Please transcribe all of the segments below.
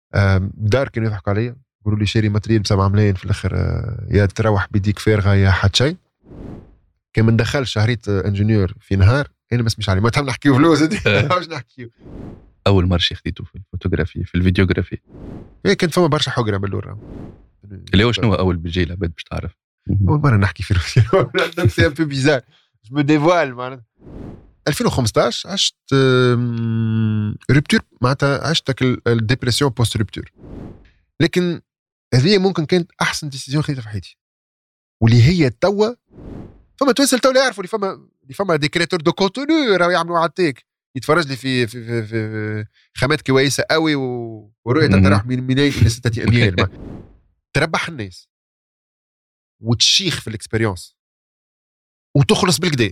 دار كانوا يضحكوا عليا يقولوا لي شاري ماتريال ب7 ملايين في الاخر يا تروح بيديك فارغه يا حد شيء. كان من دخل شهريت انجينيور في نهار انا ما اسمش عليه ما تهم نحكيو فلوس واش نحكيو. اول مرشي خديته في الفوتوغرافي في الفيديوغرافي كان فما برشا حقره باللور اللي هو شنو اول بيجي لعباد باش تعرف اول مره نحكي في روسيا سي ان بو بيزار جو مو ديفوال معناتها 2015 عشت رupture معناتها عشتك الديبرسيون بوست رupture. لكن هذه ممكن كانت احسن ديسيجن خديتها في حياتي واللي هي توا فما توصل توا يعرفوا اللي فما دي كرياتور دو كونتوني راهو يعملوا عالتيك يتفرج لي في خامات كويسه قوي ورؤيه تروح من 200 الى 6 اميال تربح الناس وتشيخ في الاكسبيريونس وتخلص بالكدا.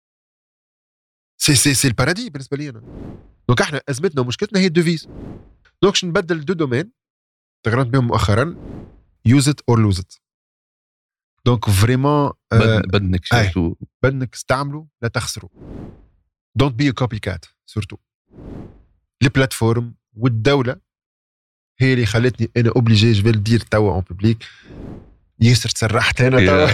سي البارادي بالنسبه لي انا. دونك احنا ازمتنا ومشكلتنا هي الدوفيز. دونك باش نبدل دو دومين تغرنت بهم مؤخرا يوز ات اور لوز ات. دونك فريمون بدنك استعملوا لا تخسروا. دونت بي كوبي كات سورتو. لي بلاتفورم والدوله هي اللي خلتني انا اوبليجي جو ندير توا اون بوبليك. ياسر تسرحت انا توا.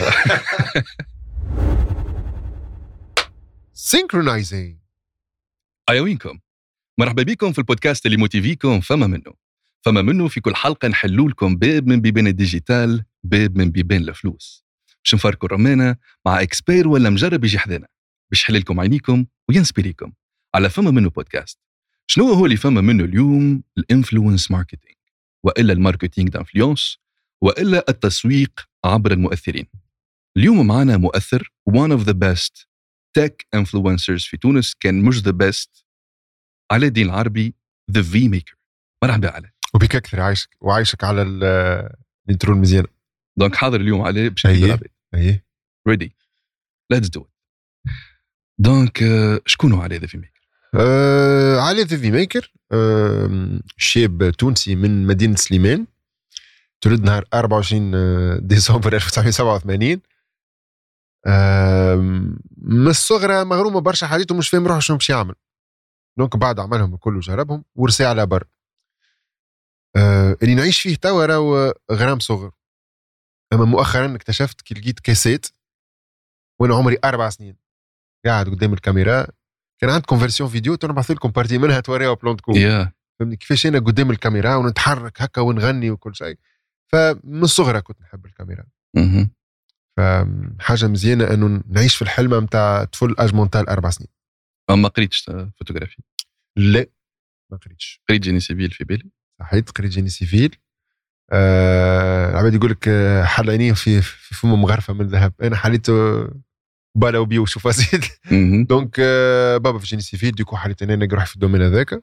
synchronizing. أيوينكم مرحبا بكم في البودكاست اللي موتيفيكم فما منه في كل حلقة نحلوا لكم باب من بيبان الديجيتال باب من بيبان الفلوس باش نفاركوا رمانة مع اكسبير ولا مجرب يجي حذانا باش يحل لكم عينيكم وينسبيريكم على فما منه بودكاست. شنو هو اللي فما منه اليوم؟ الانفلونس ماركتينج وإلا الماركتينج دانفلونس وإلا التسويق عبر المؤثرين. اليوم معنا مؤثر one of the best tech influencers في تونس كان مش the best على الدين العربي the V-Maker. مرحبا علي. وبك أكثر وعايشك على الانترو المزيانة. دونك حاضر اليوم علي باش نبدأ العباد. أيه ready let's do it. دونك شكونه علي the V-Maker؟ علي the V-Maker شاب تونسي من مدينة سليمان تولد نهار 24 ديسمبر 1987. من الصغرى مغرومة برشا حاجات ومش فاهم روحه شنو باش يعمل. دونك بعد عملهم كله جربهم ورسي على بر. اللي نعيش فيه توا راهو غرام صغر. اما مؤخرا اكتشفت كي لقيت كاسيت وانا عمري 4 سنين قاعد قدام الكاميرا كان عند كونفرسيون فيديو تنبعث لكم بارتي منها توريها بلون كو فهمني كيفاش انا قدام الكاميرا ونتحرك هكا ونغني وكل شيء. فمن الصغرى كنت نحب الكاميرا. فحاجة مزيانة أنه نعيش في الحلمة متاع طفل أجمونتال 4 سنين. ما قريتش فوتوغرافي؟ لا ما قريتش. قريت جيني سيفيل في بالي. صحيت قريت جيني سيفيل. العباد يقول لك حل عينيه في فم مغرفة من ذهب. أنا حليت بالا وبيو شوف أزيد. دونك بابا في جيني سيفيل ديكو حليت أنا نروح في الدومين هذاك.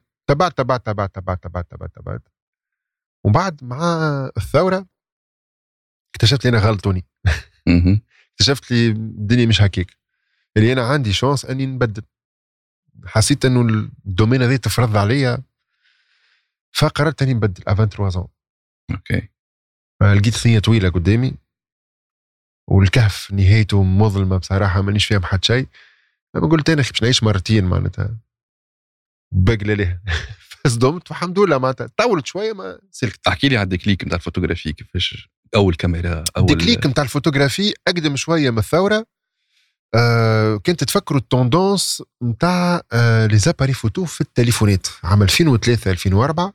تبعت وبعد مع الثورة اكتشفت لي أنا غلطوني. اكتشفت لي الدنيا مش هكيك اللي أنا عندي شانس أني نبدل. حسيت أنه الدومين هذا تفرض عليا فقررت أني نبدل 23 أوكي. لقيت ثنية طويلة قدامي والكهف نهايته مظلمة بصراحة مانيش فيها بحد شيء. لما قلت أنا باش نعيش مرتين معناتها بقلة له فصدمت والحمد لله معناتها طولت شوية ما سلكت. احكي لي على الديكليك نتاع الفوتوغرافي كيفاش أول كاميرا الديكليك نتاع الفوتوغرافي أقدم شوية من الثورة. كنت تفكروا التوندونس نتاع لي زاباري فوتو في التليفونات عام 2003 2004.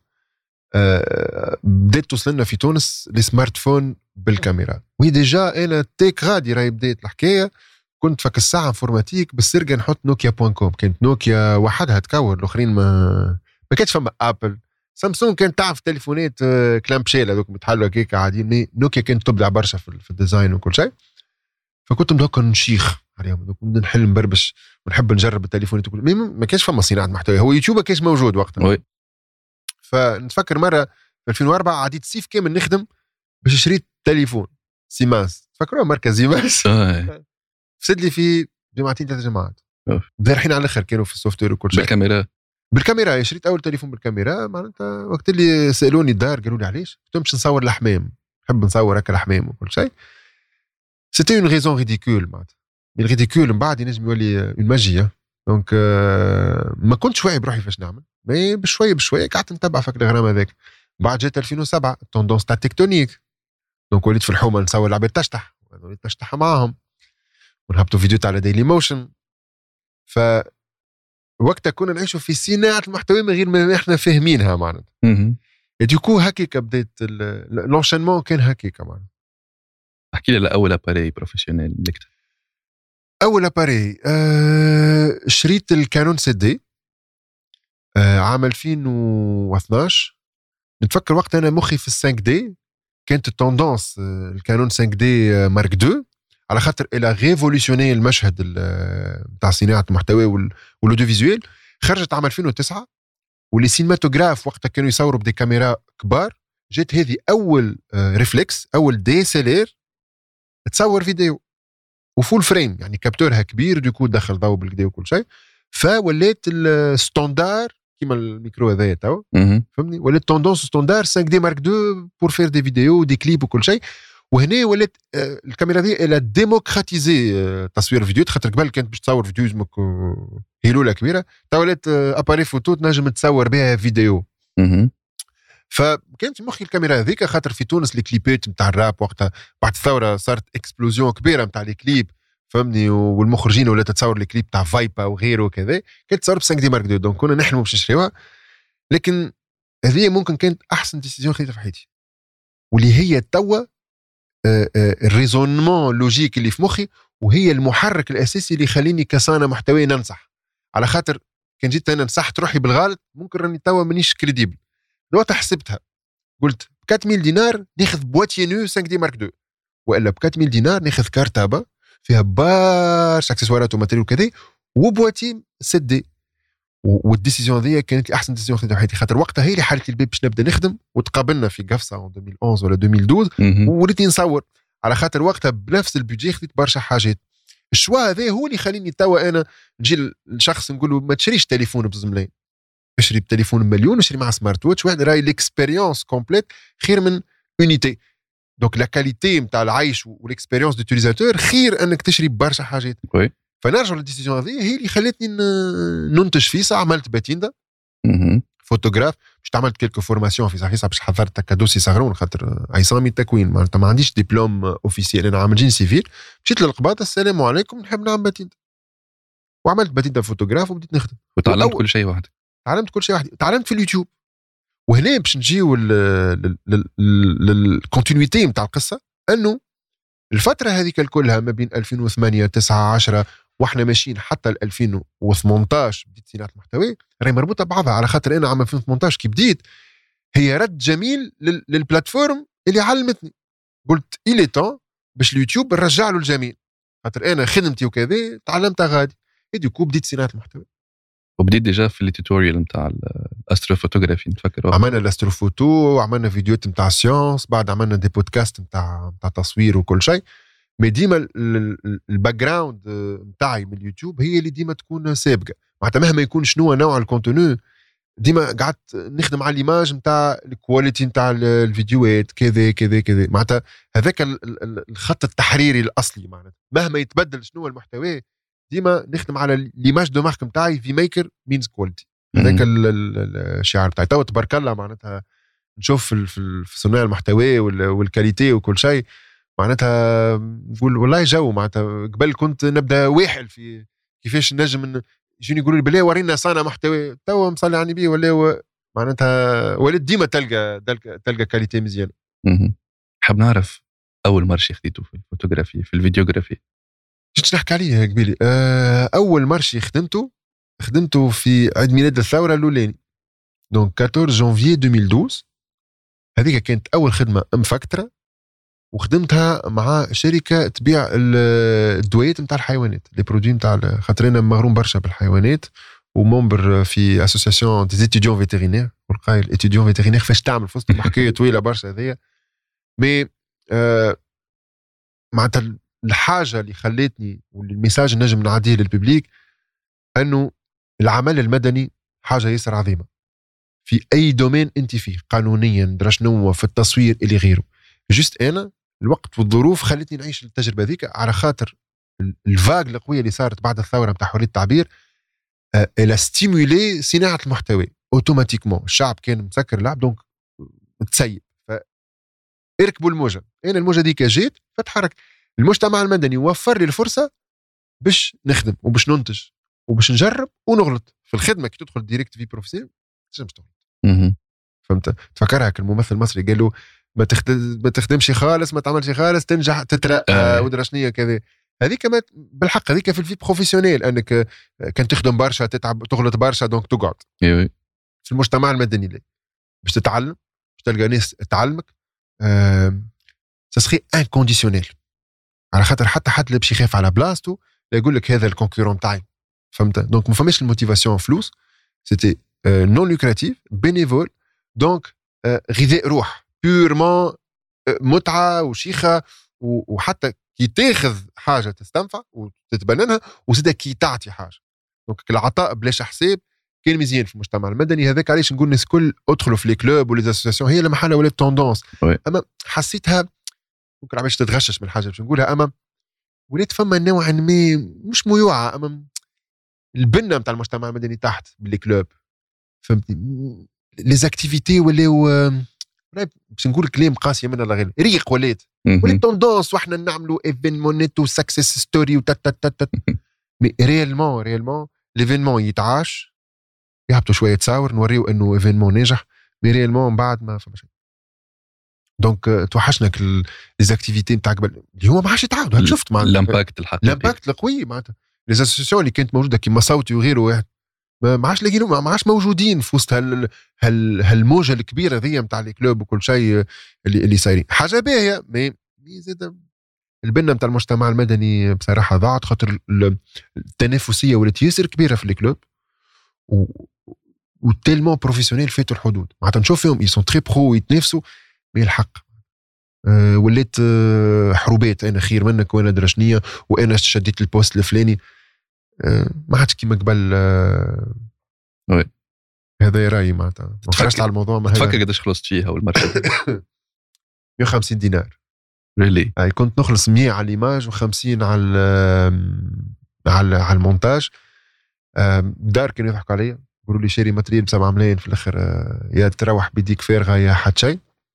بدأت توصلنا في تونس السمارت فون بالكاميرا وي ديجا انا تيك غادي راهي بديت الحكايه. كنت فك الساعه انفورماتيك بالسرقه نحط نوكيا.com. كانت نوكيا وحدها تكور الاخرين ما كانتش فما ابل. سامسونج كانت تعرف تليفونات كلامبشيل هذوك متحلوا هكاك عاديين. مي نوكيا كانت تبدع برشا في الديزاين وكل شيء. فكنت مدوكا نشيخ عليهم نحل نبربش ونحب نجرب التليفونات وكل ما كانش فما صناعه محتوى. هو يوتيوب كانش موجود وقتها. فنتفكر مره في 2004 عديت سيف كامل نخدم باش شريت تليفون سيمانس. تفكروا ماركه سيمانس فسد لي في 2-3 جماعات ذارحين على الاخر كانوا في السوفت وير وكل شيء. بالكاميرا شريت اول تليفون بالكاميرا معناتها. وقت اللي سالوني الدار قالوا لي علاش قلت لهم باش نصور الحمام نحب نصور هكا الحمام وكل شيء. سيتي اون ريزون ريديكول معناتها. من الريديكول من بعد ينجم يولي اون ماجيا. دونك ما كنتش واعي بروحي فاش نعمل. مي بشويه قعدت نتبع فك الغرام هذاك. بعد جات 2007 التوندونس تاع التكتونيك، دونك وليت في الحومه نصور العباد تشطح، وليت نشطح معاهم ونهبطوا فيديو تاع ديلي موشن. ف وقتها كنا نعيشوا في صناعه المحتوى من غير ما احنا فاهمينها معناتها. ديكو هكاك بدات لونشينمون كان هكاك معناتها. احكي لي على اول اباري بروفيسيونيل ملكته. اول اباري شريت الكانون سي دي عام 2012. نتفكر وقت انا مخي في ال5 دي، كانت التوندونس الكانون 5 دي مارك 2 على خاطر الى ريفولوشيوني المشهد نتاع صناعه المحتوى والاوديو فيزوال. خرجت عام 2009 واللي سينماتوغراف وقتها كانوا يصوروا بدي كاميرا كبار. جات هذه اول ريفلكس، اول دي اس ال ار تصور فيديو وفول فريم، يعني كابتورها كبير ديكو دخل ضوء بالكدا وكل شيء. فولات الستاندار كيما الميكرو هذايا تو فهمني، ولات توندونس ستاندار 5 دي مارك 2 بور فير دي فيديو دي كليب وكل شيء. وهنا ولات الكاميرا دي الى ديموكراتيزي تصوير الفيديو. خاطر قبل كانت باش تصور فيديو يسمك هيلوله كبيره، تو ولات اباري فوتو تنجم تصور بها فيديو. فكانت في مخي الكاميرا هذيك خاطر في تونس الكليبات نتاع الراب وقتها بعد الثوره صارت اكسبلوزيون كبيره نتاع الكليب فهمني، والمخرجين ولات تتصور الكليب تاع فايبا وغيره وكذا، كانت تصور ب 5 دي مارك 2. دونك كنا نحلموا باش نشريوها، لكن هذه ممكن كانت احسن ديسيزيون خديتها في حياتي، واللي هي توا الريزونمون لوجيك اللي في مخي، وهي المحرك الاساسي اللي يخليني كصانع محتوى ننصح. على خاطر كان جيت انا نصحت روحي بالغلط ممكن راني توا مانيش كريديبل. وقتها حسبتها قلت ب 4000 دينار ناخذ بواتي نو 5 دي مارك 2، والا ب 4000 دينار ناخذ كارتابه فيها برشا اكسسوارات وماتيريال وكذا وبواتي 6 دي. والديسيزيون ذي كانت احسن ديسيزيون خديتها في حياتي، خاطر وقتها هي اللي حلت الباب باش نبدا نخدم. وتقابلنا في قفصه 2011 ولا 2012 وليت نصور، على خاطر وقتها بنفس البيجي خديت برشا حاجات. الشوا هذا هو اللي خليني توا انا نجي لشخص نقول له ما تشريش تليفون بزملين، اشري بتليفون مليون، اشري مع سمارت واتش واحد، راي الاكسبيريونس كومبليت خير من اونيتي. دونك لا كاليتي نتاع العيش والاكسبيريونس دوتيليزاتور خير انك تشري برشا حاجات. فنرجع للديسيجن هذه هي اللي خلتني ننتج فيسا. عملت باتيندا فوتوغراف، باش عملت كيلكو فورماسيون في فيسا باش حضرت كدوسي صغرون خاطر عصامي التكوين معناتها ما عنديش دبلوم اوفيسيال، انا عامل جين سيفيل. مشيت للقباضه السلام عليكم نحب نعمل باتيندا، وعملت باتيندا فوتوغراف وبديت نخدم. وتعلمت كل شيء وحدك؟ تعلمت كل شيء وحدي، تعلمت في اليوتيوب. وهنا باش نجيو للكونتينيتي نتاع القصه، انه الفتره هذيك كلها ما بين 2008 9 10 واحنا ماشيين حتى 2018 بديت صناعه المحتوى راهي مربوطه ببعضها. على خاطر انا عام 2018 كي بديت هي رد جميل للبلاتفورم اللي علمتني. قلت إلي تون باش اليوتيوب نرجع له الجميل، خاطر انا خدمتي وكذا تعلمتها غادي. ديكو بديت صناعه المحتوى. وبديت ديجا في التوتوريال نتاع الاستروفوتوغرافي نتفكر. عملنا الاستروفوتو، عملنا فيديوهات نتاع سيونس، بعد عملنا دي بودكاست نتاع تصوير وكل شيء. مي ديما الباك جراوند نتاعي من اليوتيوب هي اللي ديما تكون سابقه، معناتها مهما يكون شنو نوع الكونتوني ديما قعدت نخدم على الايماج نتاع الكواليتي نتاع الفيديوهات كذا كذا كذا. معناتها هذاك الخط التحريري الاصلي، معناتها مهما يتبدل شنو المحتوى ديما نخدم على الايماج دو مارك نتاعي في ميكر مينز كواليتي. هذاك الشعار نتاعي تو تبارك الله. معناتها نشوف في صناعه المحتوى والكاليتي وكل شيء، معناتها نقول والله جو. معناتها قبل كنت نبدا واحد في كيفاش نجم يجوني يقولوا لي بلا ورينا صانع محتوى، تو مصلي على النبي ولا معناتها ولد ديما تلقى كاليتي مزيانه. حاب نعرف اول مارشي خديته في الفوتوغرافي في الفيديوغرافي. جيت نحكي عليه قبيلي. اول مارشي خدمته في عيد ميلاد الثوره الاولاني، دونك 14 جانفي 2012. هذيك كانت اول خدمه مفكتره، وخدمتها مع شركه تبيع الدويات نتاع الحيوانات، لي برودوي نتاع خاطر انا مغروم برشا بالحيوانات، وممبر في اسوسياسيون دي ستوديون فيتيرينير. والقايل اتيديون فيتيرينير فاش تعمل في وسط حكايه طويله برشا هذيا. مي معناتها الحاجه اللي خلتني والميساج نجم نعديه للببليك انه العمل المدني حاجه ياسر عظيمه في اي دومين انت فيه، قانونيا درشنو في التصوير اللي غيره. جست انا الوقت والظروف خلتني نعيش التجربه ذيك، على خاطر الفاق القويه اللي صارت بعد الثوره نتاع حريه التعبير الى ستيمولي صناعه المحتوى اوتوماتيكمون. الشعب كان مسكر اللعب، دونك تسيب. فاركبوا الموجة. أنا الموجة دي كجيت فتحرك. المجتمع المدني وفر لي الفرصة باش نخدم وباش ننتج وباش نجرب ونغلط في الخدمة. كي تدخل ديريكت في بروفيسيون تنجمش تغلط. فهمت؟ تفكرها الممثل المصري قال له ما تخدمش خالص، ما تعملش خالص، تنجح تترقى ودرشنية كذا. هذيك بالحق هذيك في الفي بروفيسيونيل، انك كان تخدم برشا تتعب تغلط برشا دونك تقعد. في المجتمع المدني ليه باش تتعلم، باش تلقى ناس تعلمك، ساسخي انكونديسيونيل، على خاطر حتى حد اللي باش يخاف على بلاصتو لا يقول لك هذا الكونكورون تاعي. فهمت؟ دونك ما فماش الموتيفاسيون فلوس، سيتي نون لوكراتيف بينيفول. دونك غذاء روح بيورمون، متعه وشيخه، وحتى كي تاخذ حاجه تستنفع وتتبننها، وزيدا كي تعطي حاجه. دونك العطاء بلاش حساب كان مزيان في المجتمع المدني. هذاك علاش نقول الناس الكل ادخلوا في لي كلوب ولي اسوسياسيون، هي المحله ولات توندونس. اما حسيتها ممكن عباش تتغشش من الحاجه باش نقولها، اما ولات فما نوعا ما مش ميوعه، اما البنه نتاع المجتمع المدني تحت باللي كلوب. فهمتني؟ لي زاكتيفيتي ولاو باش نقول كلام قاسيه من الله غير ريق، ولات توندونس، واحنا نعملوا ايفينمونيت وسكسس ستوري وتات. مي ريالمون ليفينمون يتعاش، يهبطوا شويه تصاور نوريو انه ايفينمون ناجح، مي ريالمون بعد ما فما شيء. دونك توحشنا لي زاكتيفيتي نتاع قبل اليوم ما عادش يتعاودوا. هاك شفت مع الامباكت الحقيقي، الامباكت القوي معناتها لي اسوسياسيون اللي كانت موجوده كيما صوتي وغيره واحد ما عادش لاقيينهم، ما عادش موجودين في وسط هالموجه الكبيره ذي نتاع لي كلوب وكل شيء اللي صايرين. حاجه باهيه مي زاد البنه نتاع المجتمع المدني بصراحه ضاعت، خاطر التنافسيه ولات ياسر كبيره في لي كلوب وتيلمون بروفيسيونيل فاتوا الحدود. معناتها نشوف فيهم يسون تري برو يتنافسوا، مي الحق ولات حروبات، انا خير منك وانا درشنيه وانا شديت البوست الفلاني. ما عادش كيما قبل. هذا رايي معناتها. ما خرجت على الموضوع. ما تفكر قداش خلصت فيها اول مره؟ 150 دينار. ريلي كنت نخلص 100 على الايماج و50 على المونتاج. دار كانوا يضحكوا عليا يقولوا لي شاري ماتريال ب7 ملايين في الاخر، يا تروح بيديك فارغه يا حد شيء.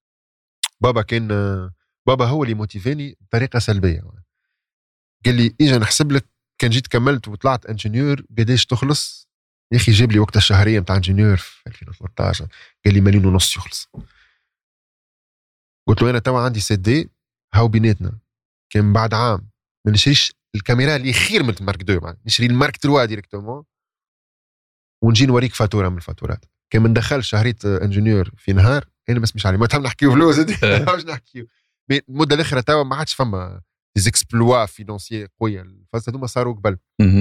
بابا هو اللي موتيفاني بطريقه سلبيه. قال لي اجا نحسب لك كان جيت كملت وطلعت انجينيور قداش تخلص يا اخي. جاب لي وقت الشهريه نتاع انجينيور في 2013، قال لي 1.5 مليون يخلص. قلت له انا توا عندي سي دي هاو بيناتنا، كان بعد عام ما نشريش الكاميرا اللي خير من المارك 2، يعني نشري المارك 3 ديريكتومون ونجي نوريك فاتوره من الفاتورات. كان ما ندخلش شهريه انجينيور في نهار انا ما اسمش عليه. ما تهم نحكيو فلوس دي واش نحكيو. المده الاخرى توا ما عادش فما ديزيكسبلوا فينانسيي قويه. الفاز هذوما صاروا قبل.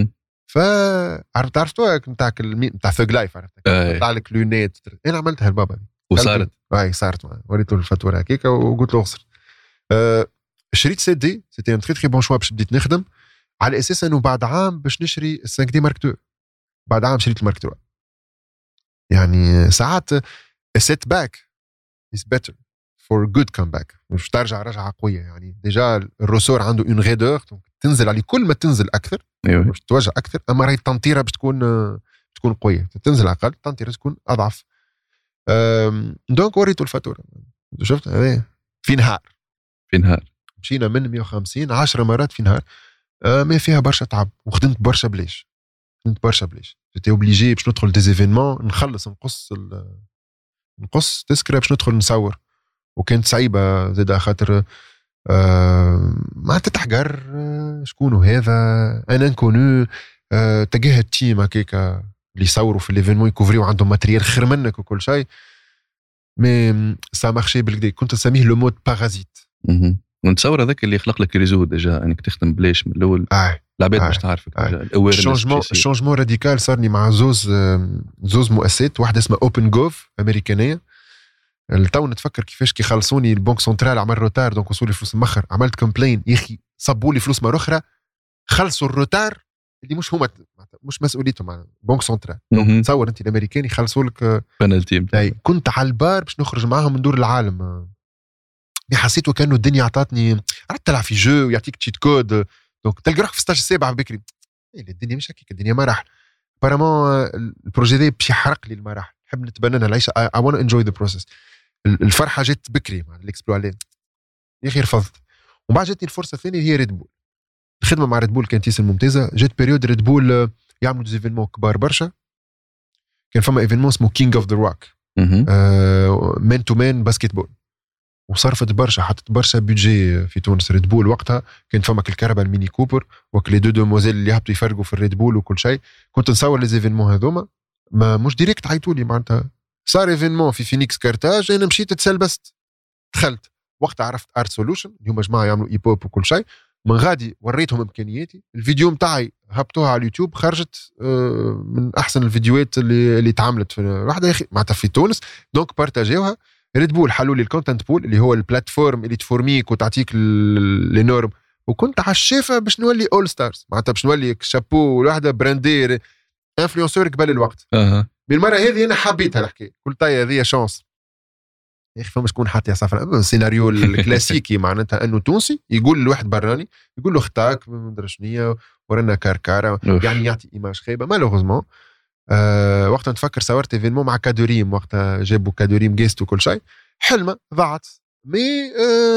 عرفتوها نتاع ثوغ لايف، عرفتها نتاع الكلونيت. انا عملتها لبابا وصارت صارت. وريته الفاتوره هكاك وقلت له اخسر. شريت سي دي، سيتي ان تري تري بون شوا باش بديت نخدم على اساس انه بعد عام باش نشري 5 دي مارك 2. بعد عام شريت المارك 3. يعني ساعات سيت باك is better for good comeback. مش ترجع رجعه قويه. يعني ديجا الروسور عنده اون غيدور تنزل عليه، كل ما تنزل اكثر باش توجع اكثر. اما راهي التنطيره باش تكون قويه، تنزل اقل التنطيره تكون اضعف. دونك وريته الفاتوره، شفت هذا في نهار مشينا من 150 10 مرات في نهار. ما فيها برشا تعب وخدمت برشا بلاش. جيتي اوبليجي باش ندخل دي ايفينمون نخلص نقص تسكرة باش ندخل نصور. وكانت صعيبه زاد خاطر ما تتحقر شكون هذا انا نكونو تلقاه التيم هكاكا اللي يصوروا في الايفينمون يكوفريو عندهم ماتريال خير منك وكل شيء. مي سا مارشي بالكدا. كنت نسميه لو مود بارازيت. نتصور هذاك اللي يخلق لك ريزو ديجا انك تخدم بلاش من الاول. العباد باش تعرفك الشونجمون راديكال صارني مع زوز مؤسسات. واحده اسمها اوبن جوف امريكانيه. التو نتفكر كيفاش كي خلصوني البنك سنترال عمل روتار دونك وصولي فلوس مخر. عملت كومبلين يا اخي صبوا لي فلوس مره اخرى، خلصوا الروتار اللي مش هما مش مسؤوليتهم عن بنك سنترال. دونك تصور انت الامريكاني خلصوا لك بنالتي. كنت على البار باش نخرج معاهم من دور العالم. حسيت وكانه الدنيا عطاتني عرفت تلعب في جو ويعطيك تشيت كود. دونك تلقى روحك في ستاج السابع بكري. الدنيا مش هكيك، الدنيا مراحل. بارامون البروجي دي باش يحرق لي المراحل. نحب نتبنى العيشه. I want to enjoy the process. الفرحه جت بكري مع الاكسبلو عليه يا اخي رفضت. ومن بعد جاتني الفرصه الثانيه هي ريد بول. الخدمه مع ريد بول كانت ياسر ممتازه. جات بيريود ريد بول يعملوا دي ايفينمون كبار برشا. كان فما ايفينمون اسمه كينج اوف ذا روك مان تو مان باسكت بول، وصرفت برشا، حطت برشا بيدجي في تونس ريد بول وقتها. كانت فما الكهرباء الميني كوبر وك لي دو موزيل اللي هبطوا يفرقوا في الريد بول وكل شيء. كنت نصور لي ايفينمون هذوما، ما مش ديريكت عيطولي معناتها صار ايفينمون في فينيكس كارتاج، انا مشيت تسلبست دخلت. وقتها عرفت ارت سولوشن اللي هما جماعه يعملوا اي بوب وكل شيء. من غادي وريتهم امكانياتي، الفيديو نتاعي هبطوها على اليوتيوب، خرجت من احسن الفيديوهات اللي تعملت في واحده يا اخي معناتها في تونس. دونك بارتاجيوها. ريد بول حلوا لي الكونتنت بول اللي هو البلاتفورم اللي تفورميك وتعطيك لي نورم، وكنت على الشافه باش نولي اول ستارز معناتها باش نولي شابو واحده براندير انفلونسور قبل الوقت. بالمره هذه انا حبيتها الحكايه، قلت هذه شانس يا اخي. فما شكون حتى يصفر السيناريو الكلاسيكي معناتها انه تونسي يقول لواحد براني يقول له اختاك ما ادري شنو ورانا كاركاره يعني يعطي ايماج خايبه. مالوغوزمون وقتها نتفكر صورت ايفينمون مع كادوريم، وقتها جابوا كادوريم جيست وكل شيء، حلمه ضاعت. مي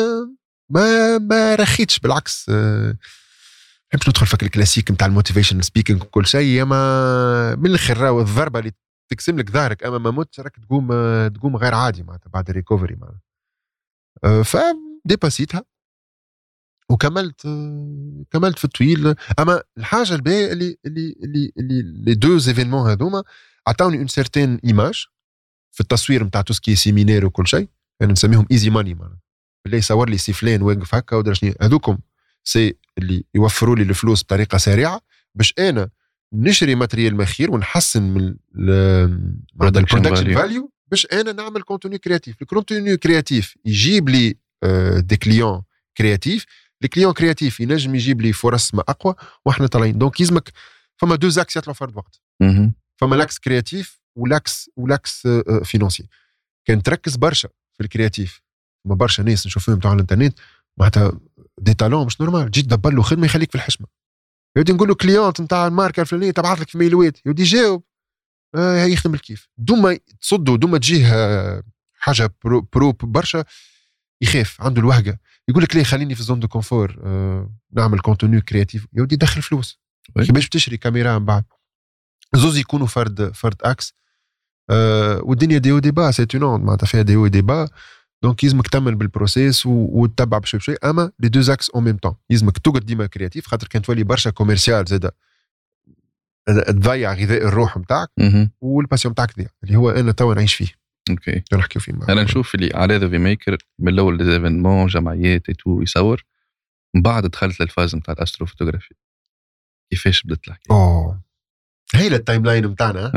ما رخيتش بالعكس. نحبش ندخل فك الكلاسيك نتاع الموتيفيشن سبيكينج وكل شيء، اما من الاخر راهو الضربه اللي تقسم لك ظهرك اما ما موتش راك تقوم غير عادي معناتها بعد الريكوفري معناتها. فديباسيتها وكملت في الطويل. اما الحاجه الباهيه اللي دو ايفينمون هذوما عطاوني اون سيرتين ايماج في التصوير نتاع توسكي سيمينير وكل شيء. يعني نسميهم ايزي ماني معناتها، اللي يصور لي سيفلين واقف هكا ودرا شنو هذوكم سي اللي يوفروا لي الفلوس بطريقه سريعه باش انا نشري ماتريال مخير ونحسن من البرودكشن فاليو باش انا نعمل كونتوني كرياتيف. الكونتوني كرياتيف يجيب لي دي كليون كرياتيف، الكليون كرياتيف ينجم يجيب لي فرص ما اقوى واحنا طالعين. دونك يزمك فما دو زاكس يطلعوا فرد وقت. فما لاكس كرياتيف ولاكس فينانسي. كان تركز برشا في الكرياتيف، ما برشا ناس نشوفهم تاع الانترنت معناتها دي تالون مش نورمال، جيت دبر له خدمه يخليك في الحشمه. يودي نقول له كليونت نتاع الماركه الفلانيه تبعث لك في ميلوات، يودي جاوب يخدم الكيف. دوما تصدوا دوما تجيه حاجه برو برشا يخاف عنده الوهقه، يقول لك ليه خليني في زون دو كونفور نعمل كونتوني كرياتيف. يودي دخل فلوس باش تشري كاميرا من بعد زوز يكونوا فرد اكس. والدنيا دي وديبا سيتونون معناتها فيها دي وديبا. دونك يلزمك تكمل بالبروسيس وتتبع بشوي بشوي. اما لي دو زاكس اون ميم طون يلزمك تقعد ديما كرياتيف، خاطر كان تولي برشا كوميرسيال زاده تضيع غذاء الروح نتاعك والباسيون نتاعك تضيع اللي هو انا تو نعيش فيه. اوكي نحكيو فيه. انا نشوف اللي على ذا في ميكر من الاول لي ايفينمون جمعيات تو يصور، من بعد دخلت للفاز نتاع الاستروفوتوغرافي. كيفاش بدت الحكايه؟ هي التايم لاين نتاعنا.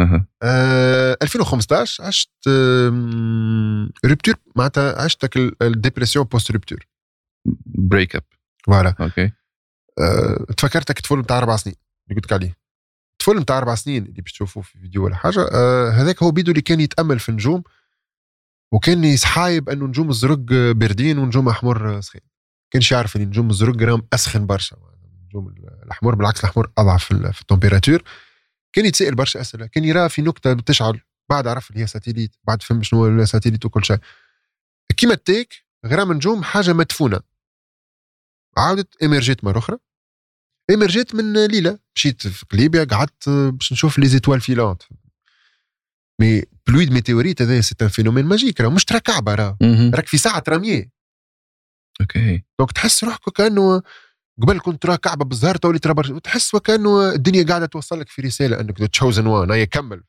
2015 عشت ريبتور معناتها عشتك الديبرسيون بوست ريبتور بريك اب. فوالا اوكي. تفكرتك طفل نتاع 4 سنين اللي قلت لك عليه، طفل نتاع 4 سنين اللي باش تشوفوه في فيديو ولا حاجه. هذاك هو بيدو اللي كان يتامل في النجوم، وكان يسحايب انه نجوم الزرق باردين ونجوم احمر سخين. كانش يعرف ان نجوم الزرق راهم اسخن برشا، نجوم الاحمر بالعكس الاحمر اضعف في التمبيراتور. كان يتسائل برشا اسئله، كان يرى في نكته بتشعل بعد عرف اللي هي ساتيليت، بعد فهم شنو هو ساتيليت وكل شيء. كيما التيك غرام نجوم حاجه مدفونه، عاودت اميرجيت مره اخرى. اميرجيت من ليله مشيت في ليبيا قعدت باش نشوف لي زيتوال فيلانت. مي بلوي دو ميتيوريت هذا سي ان فينومين ماجيك، راه مش ترى كعبه، راك في ساعه رميه. اوكي. دونك تحس روحك كانه قبل كنت ترى كعبه بالزهر تولي ترى برشا، وتحس وكانه الدنيا قاعده توصل لك في رساله انك تشوزن وان هي كمل.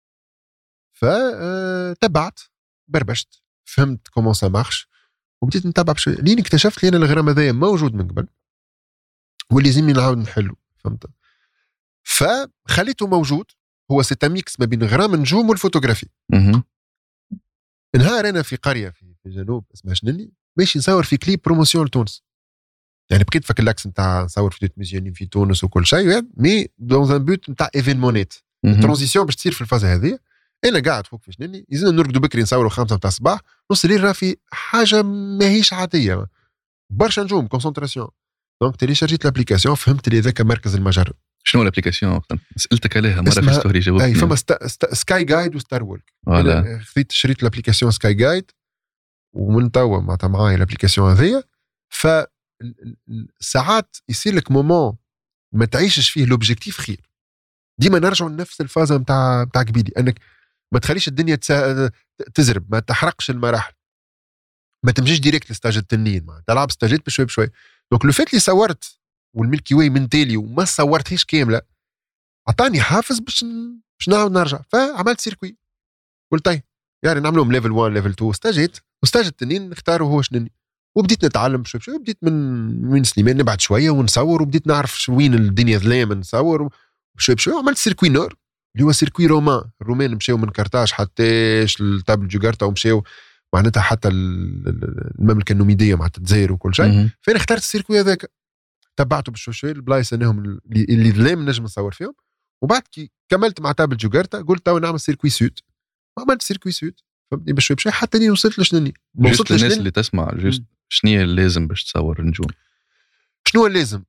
فتبعت بربشت فهمت كومون سا مارش وبديت نتابع بشوي لين اكتشفت لي انا الغرام هذايا موجود من قبل واللي لازمني نعاود نحله. فهمت؟ فخليته موجود. هو سي ميكس ما بين غرام النجوم والفوتوغرافي. نهار انا في قريه في جنوب اسمها شنني ماشي نصور في كليب بروموسيون لتونس، يعني بقيت فك اللاكس نتاع نصور فيديوهات مزيانين في تونس وكل شيء، مي دون ان بوت نتاع ايفينمونات. الترانزيسيون باش تصير في الفازه هذه. انا قاعد فوق في شنني يزيدنا نرقدوا بكري نصوروا 5 نتاع الصباح، نص الليل راه في حاجه ماهيش عاديه، برشا نجوم كونسنتراسيون. دونك تيليشارجيت لابليكاسيون، فهمت لي ذاك مركز المجر. شنو الابليكاسيون؟ سالتك عليها مره في ستوري جاوبتني. اي فما سكاي جايد وستار وولك. خذيت شريت الابليكاسيون سكاي جايد ومن توا معناتها معايا الابليكاسيون هذيا. ف ساعات يصير لك مومون ما تعيشش فيه لوبجيكتيف خير. ديما نرجعوا لنفس الفازه نتاع قبيلي، انك ما تخليش الدنيا تزرب، ما تحرقش المراحل، ما تمشيش ديريكت لستاج التنين، ما تلعب ستاجات بشوي بشوي. دونك لو فات اللي صورت والميلكي واي من تالي وما صورتهاش كامله عطاني حافز باش نعاود نرجع. فعملت سيركوي، قلت طيب يعني نعملهم ليفل 1 ليفل 2 ستاجات، وستاج التنين نختاره هو شنني. وبديت نتعلم شوي بشوي، بديت من سليمان نبعد شويه ونصور، وبديت نعرف وين الدنيا ظلام نصور شوي بشوي. وعملت سيركوي نور اللي هو سيركوي الرومان مشاو من كرتاج حتى لتابل جوغارتا، ومشاو معناتها حتى المملكه النوميديه مع الجزائر وكل شيء. فانا اخترت السيركوي هذاك، تبعته بشوي شوي البلايص انهم اللي ظلام نجم نصور فيهم. وبعد كي كملت مع تابل جوغارتا قلت تو نعمل سيركوي سود، وعملت سيركوي سود فهمتني بشوي بشوي حتى اني وصلت لشنني. وصلت للناس اللي تسمع جوست شنو لازم باش تصور النجوم؟ شنو لازم؟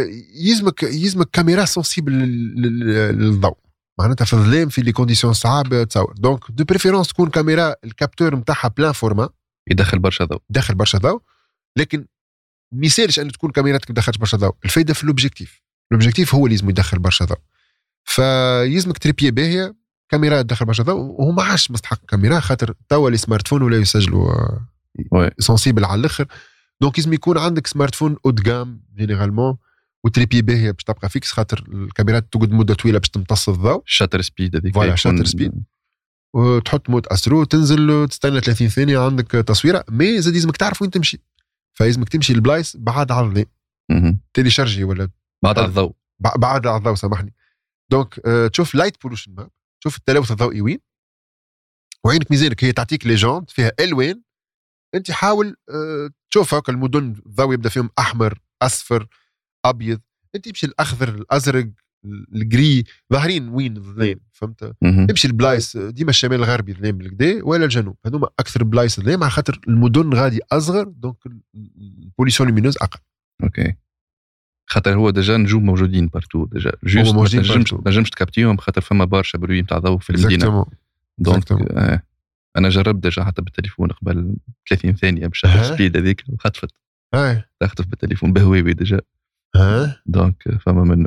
يلزمك كاميرا سنسيبل للضوء، معناتها في الظلام في لي كونديسيون صعاب تصور. دونك دو بريفيرونس تكون كاميرا الكابتور نتاعها بلان فورما، يدخل برشا ضوء، لكن ما يسالش ان تكون كاميراتك ما تدخلش برشا ضوء. الفايده في الاوبجيكتيف هو اللي لازم يدخل برشا ضوء. فيلزمك تريبيه باهيه كاميرا تدخل برشا ضوء، وهو ما عادش مستحق كاميرا خاطر توا لي سمارت فون ولا يسجلوا سنسيبل على الاخر. دونك لازم يكون عندك سمارت فون او دغام جينيرالمون، وتريبي باهيه باش تبقى فيكس خاطر الكاميرات تقعد مده طويله باش تمتص الضوء. شاتر سبيد هذيك، فوالا شاتر سبيد، وتحط مود استرو تنزل تستنى 30 ثانيه عندك تصويره. مي زاد لازمك تعرف وين تمشي، فلازمك تمشي البلايص بعاد على الضوء، تيلي شارجي ولا بعد على الضوء، بعد على الضوء سامحني. دونك تشوف لايت بولوشن ماب، تشوف التلوث الضوئي وين، وعينك ميزانك هي تعطيك ليجوند فيها الوان. انت حاول تشوف هكا المدن الضوء يبدا فيهم احمر اصفر ابيض، انت تمشي الاخضر الازرق الجري ظاهرين وين الظلام، فهمت؟ تمشي البلايص ديما الشمال الغربي ظلام بالكدا ولا الجنوب، هذوما اكثر بلايص ظلام على خاطر المدن غادي اصغر، دونك البوليسيون لومينوز اقل. اوكي، خاطر هو ديجا نجوم موجودين بارتو ديجا، جوست ما نجمش تكابتيهم خاطر فما برشا بروي نتاع ضوء في المدينه. دونك انا جربت ديجا حتى بالتليفون قبل 30 ثانيه بشكل سبيد هذيك وخطفت تخطف بالتليفون بهواوي ديجا. دونك فما منه.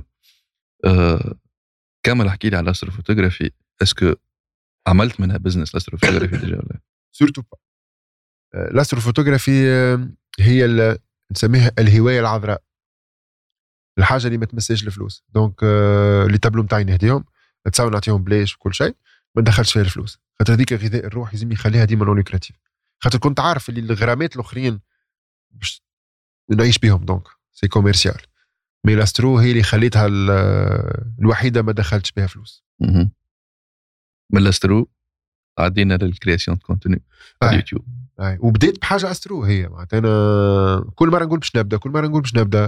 كامل احكي لي على الاستروفوتوغرافي، اسكو عملت منها بزنس الاستروفوتوغرافي ديجا ولا سورتو با؟ الاستروفوتوغرافي هي نسميها الهوايه العذراء، الحاجه اللي ما تمساش الفلوس. دونك اللي تابلو نتاعي نهديهم نتصاور نعطيهم بلاش وكل شيء، ما ندخلش فيها الفلوس خاطر هذيك غذاء الروح لازم يخليها ديما نون لوكراتيف، خاطر كنت عارف اللي الغرامات الاخرين باش نعيش بهم، دونك سي كوميرسيال. مي لاسترو هي اللي خليتها الوحيده ما دخلتش بها فلوس. من لاسترو عدينا للكرياسيون كونتينيو على اليوتيوب. وبديت بحاجه استرو هي معناتها انا كل مره نقول باش نبدا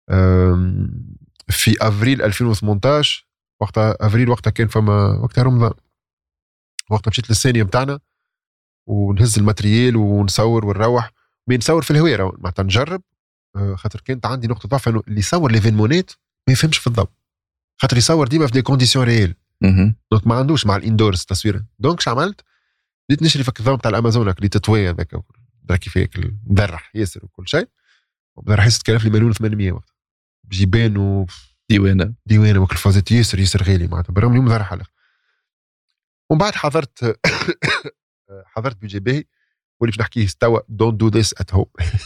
في افريل 2018 وقتها كان فما وقتها رمضان، وقتها مشيت للثانيه بتاعنا ونهز الماتريال ونصور ونروح نصور في الهوايه معناتها نجرب، خاطر كانت عندي نقطه ضعف انه اللي يصور ليفينمونات ما يفهمش في الضوء، خاطر يصور ديما في دي كونديسيون ريال، دونك ما عندوش مع الاندورز تصوير. دونك شعملت بديت نشري فك الضوء بتاع الامازون اللي تتوي هذاك دركي فيك مدرح ياسر وكل شيء، مدرح ياسر تكلف لي 1,800,000 وقت بجيبان وديوانه وكلفازات ياسر غالي معناتها بالرغم اليوم مدرح على. ومن بعد حضرت بيجي باهي واللي باش نحكيه استوى دونت دو ذس ات هوم.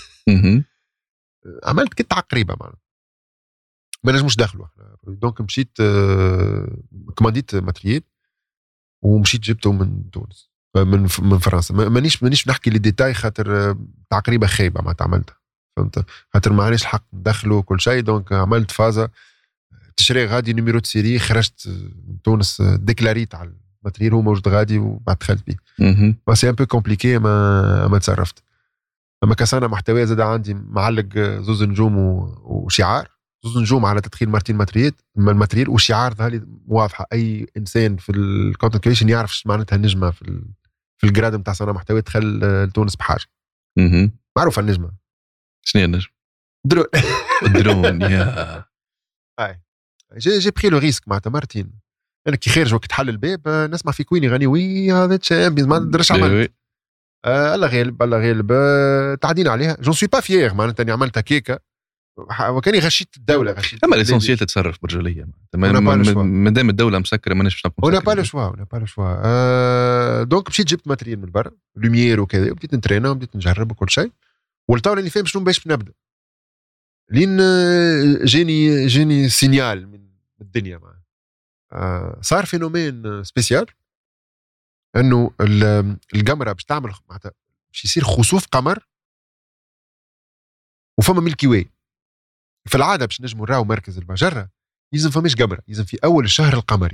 عملت كت عقريبه معناتها ما نجمش داخلوا. دونك مشيت كمانديت ماتريال ومشيت جبته من تونس من فرنسا. مانيش نحكي لي ديتاي خاطر تعقريبه خايبه ما عملتها، فهمت؟ خاطر ما عنديش الحق ندخله كل شيء. دونك عملت فازه تشري غادي نيميرو دو سيري، خرجت من تونس ديكلاريت على الماتريال هو موجود غادي وبعد دخلت بيه. بس ان بو كومبليكي ما تصرفت. اما كسانه محتوى زاد عندي معلق زوز نجوم وشعار، زوز نجوم على تدخين مارتين الماتريال وشعار ظهري واضحه، اي انسان في الكونتنت كريشن يعرف معناتها النجمه في الجراد نتاع صناعه محتوى دخل لتونس بحاجه. معروفه النجمه شنو هي النجمه؟ درون يا جي بري لو ريسك معناتها مارتين. انا كي خارج وقت حل الباب نسمع في كوين يغني وي هذا تشامبيونز ما ندرش عملت الله غالب الله غالب. تعدينا عليها جون سوي با فيير معناتها اني عملتها كيكه وكاني غشيت الدوله غشيت. اما الاسونسيال تتصرف برجوليه ما دام الدوله مسكره ما نجمش نبقى. انا با لو شوا دونك مشيت جبت ماتريال من برا لوميير وكذا وبديت نترينا وبديت نجرب وكل شيء. والطاوله اللي فاهم شنو باش نبدا لين جاني سينيال من الدنيا معنا. صار فينومين سبيسيال انه القمره باش تعمل معناتها باش يصير خسوف قمر وفما ميلكي واي. في العاده باش نجموا نراو مركز المجره يلزم فماش قمره، يلزم في اول الشهر القمري.